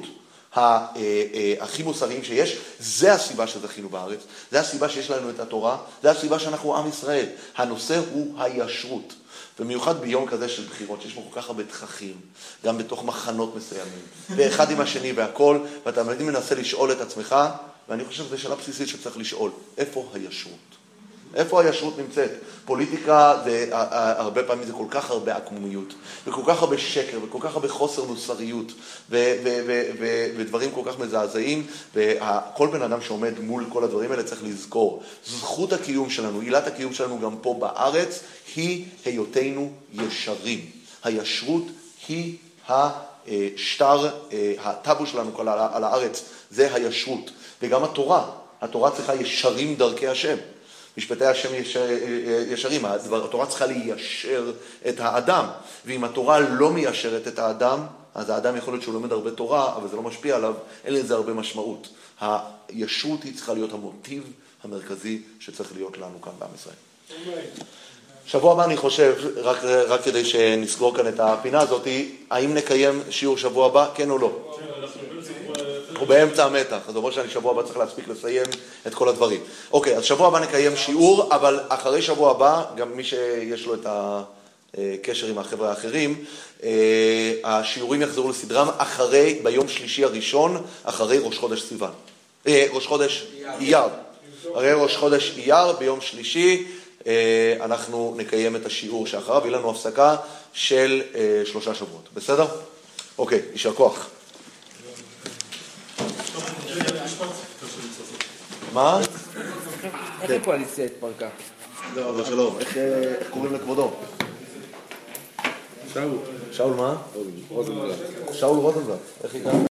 הכי מוסריים שיש, זה הסיבה שזכינו בארץ, זה הסיבה שיש לנו את התורה, זה הסיבה שאנחנו עם ישראל. הנושא הוא הישרות. במיוחד ביום כזה של בחירות, שיש בו כל כך הרבה תככים, גם בתוך מחנות מסוימים, ואחד עם השני והכל, ואתה מנסה לשאול את עצמך, ואני חושב שזו שאלה בסיסית שצריך לשאול, איפה הישרות? איפה הישרות נמצאת? פוליטיקה, הרבה פעמים זה כל כך הרבה עקמומיות, וכל כך הרבה שקר, וכל כך הרבה חוסר מוסריות, ודברים כל כך מזעזעים, וכל בן אדם שעומד מול כל הדברים האלה צריך לזכור, זכות הקיום שלנו, עילת הקיום שלנו גם פה בארץ, היא היותנו ישרים. הישרות היא השטר, הטאבו שלנו על הארץ, זה הישרות. וגם התורה צריכה ישרים דרכי השם. משפטי השם ישרים, התורה צריכה ליישר את האדם, ואם התורה לא מיישרת את האדם, אז האדם יכול להיות שהוא לומד הרבה תורה, אבל זה לא משפיע עליו, אין לזה הרבה משמעות. הישרות היא צריכה להיות המוטיב המרכזי שצריך להיות לנו כאן בעם ישראל. שבוע הבא אני חושב, רק כדי שנסגור כאן את הפינה הזאת, האם נקיים שיעור שבוע הבא, כן או לא? אנחנו באמצע המתח, אז אומר שאני שבוע הבא צריך להספיק לסיים את כל הדברים. אוקיי, אז שבוע הבא נקיים שיעור, אבל אחרי שבוע הבא, גם מי שיש לו את הקשר עם החבר'ה האחרים, השיעורים יחזרו לסדרם ביום שלישי הראשון, אחרי ראש חודש סיוון. ראש חודש אייר. אחרי ראש חודש אייר, ביום שלישי, אנחנו נקיים את השיעור שאחריו, יהיה לנו הפסקה של 3 שבועות. בסדר? אוקיי, יישר כוח. מה? איך הקואליציה התפרקה? לא, אבל שלום. איך קוראים לכבודו? שאול. שאול מה? רוזנבלט. שאול רוזנבלט. איך הגעת?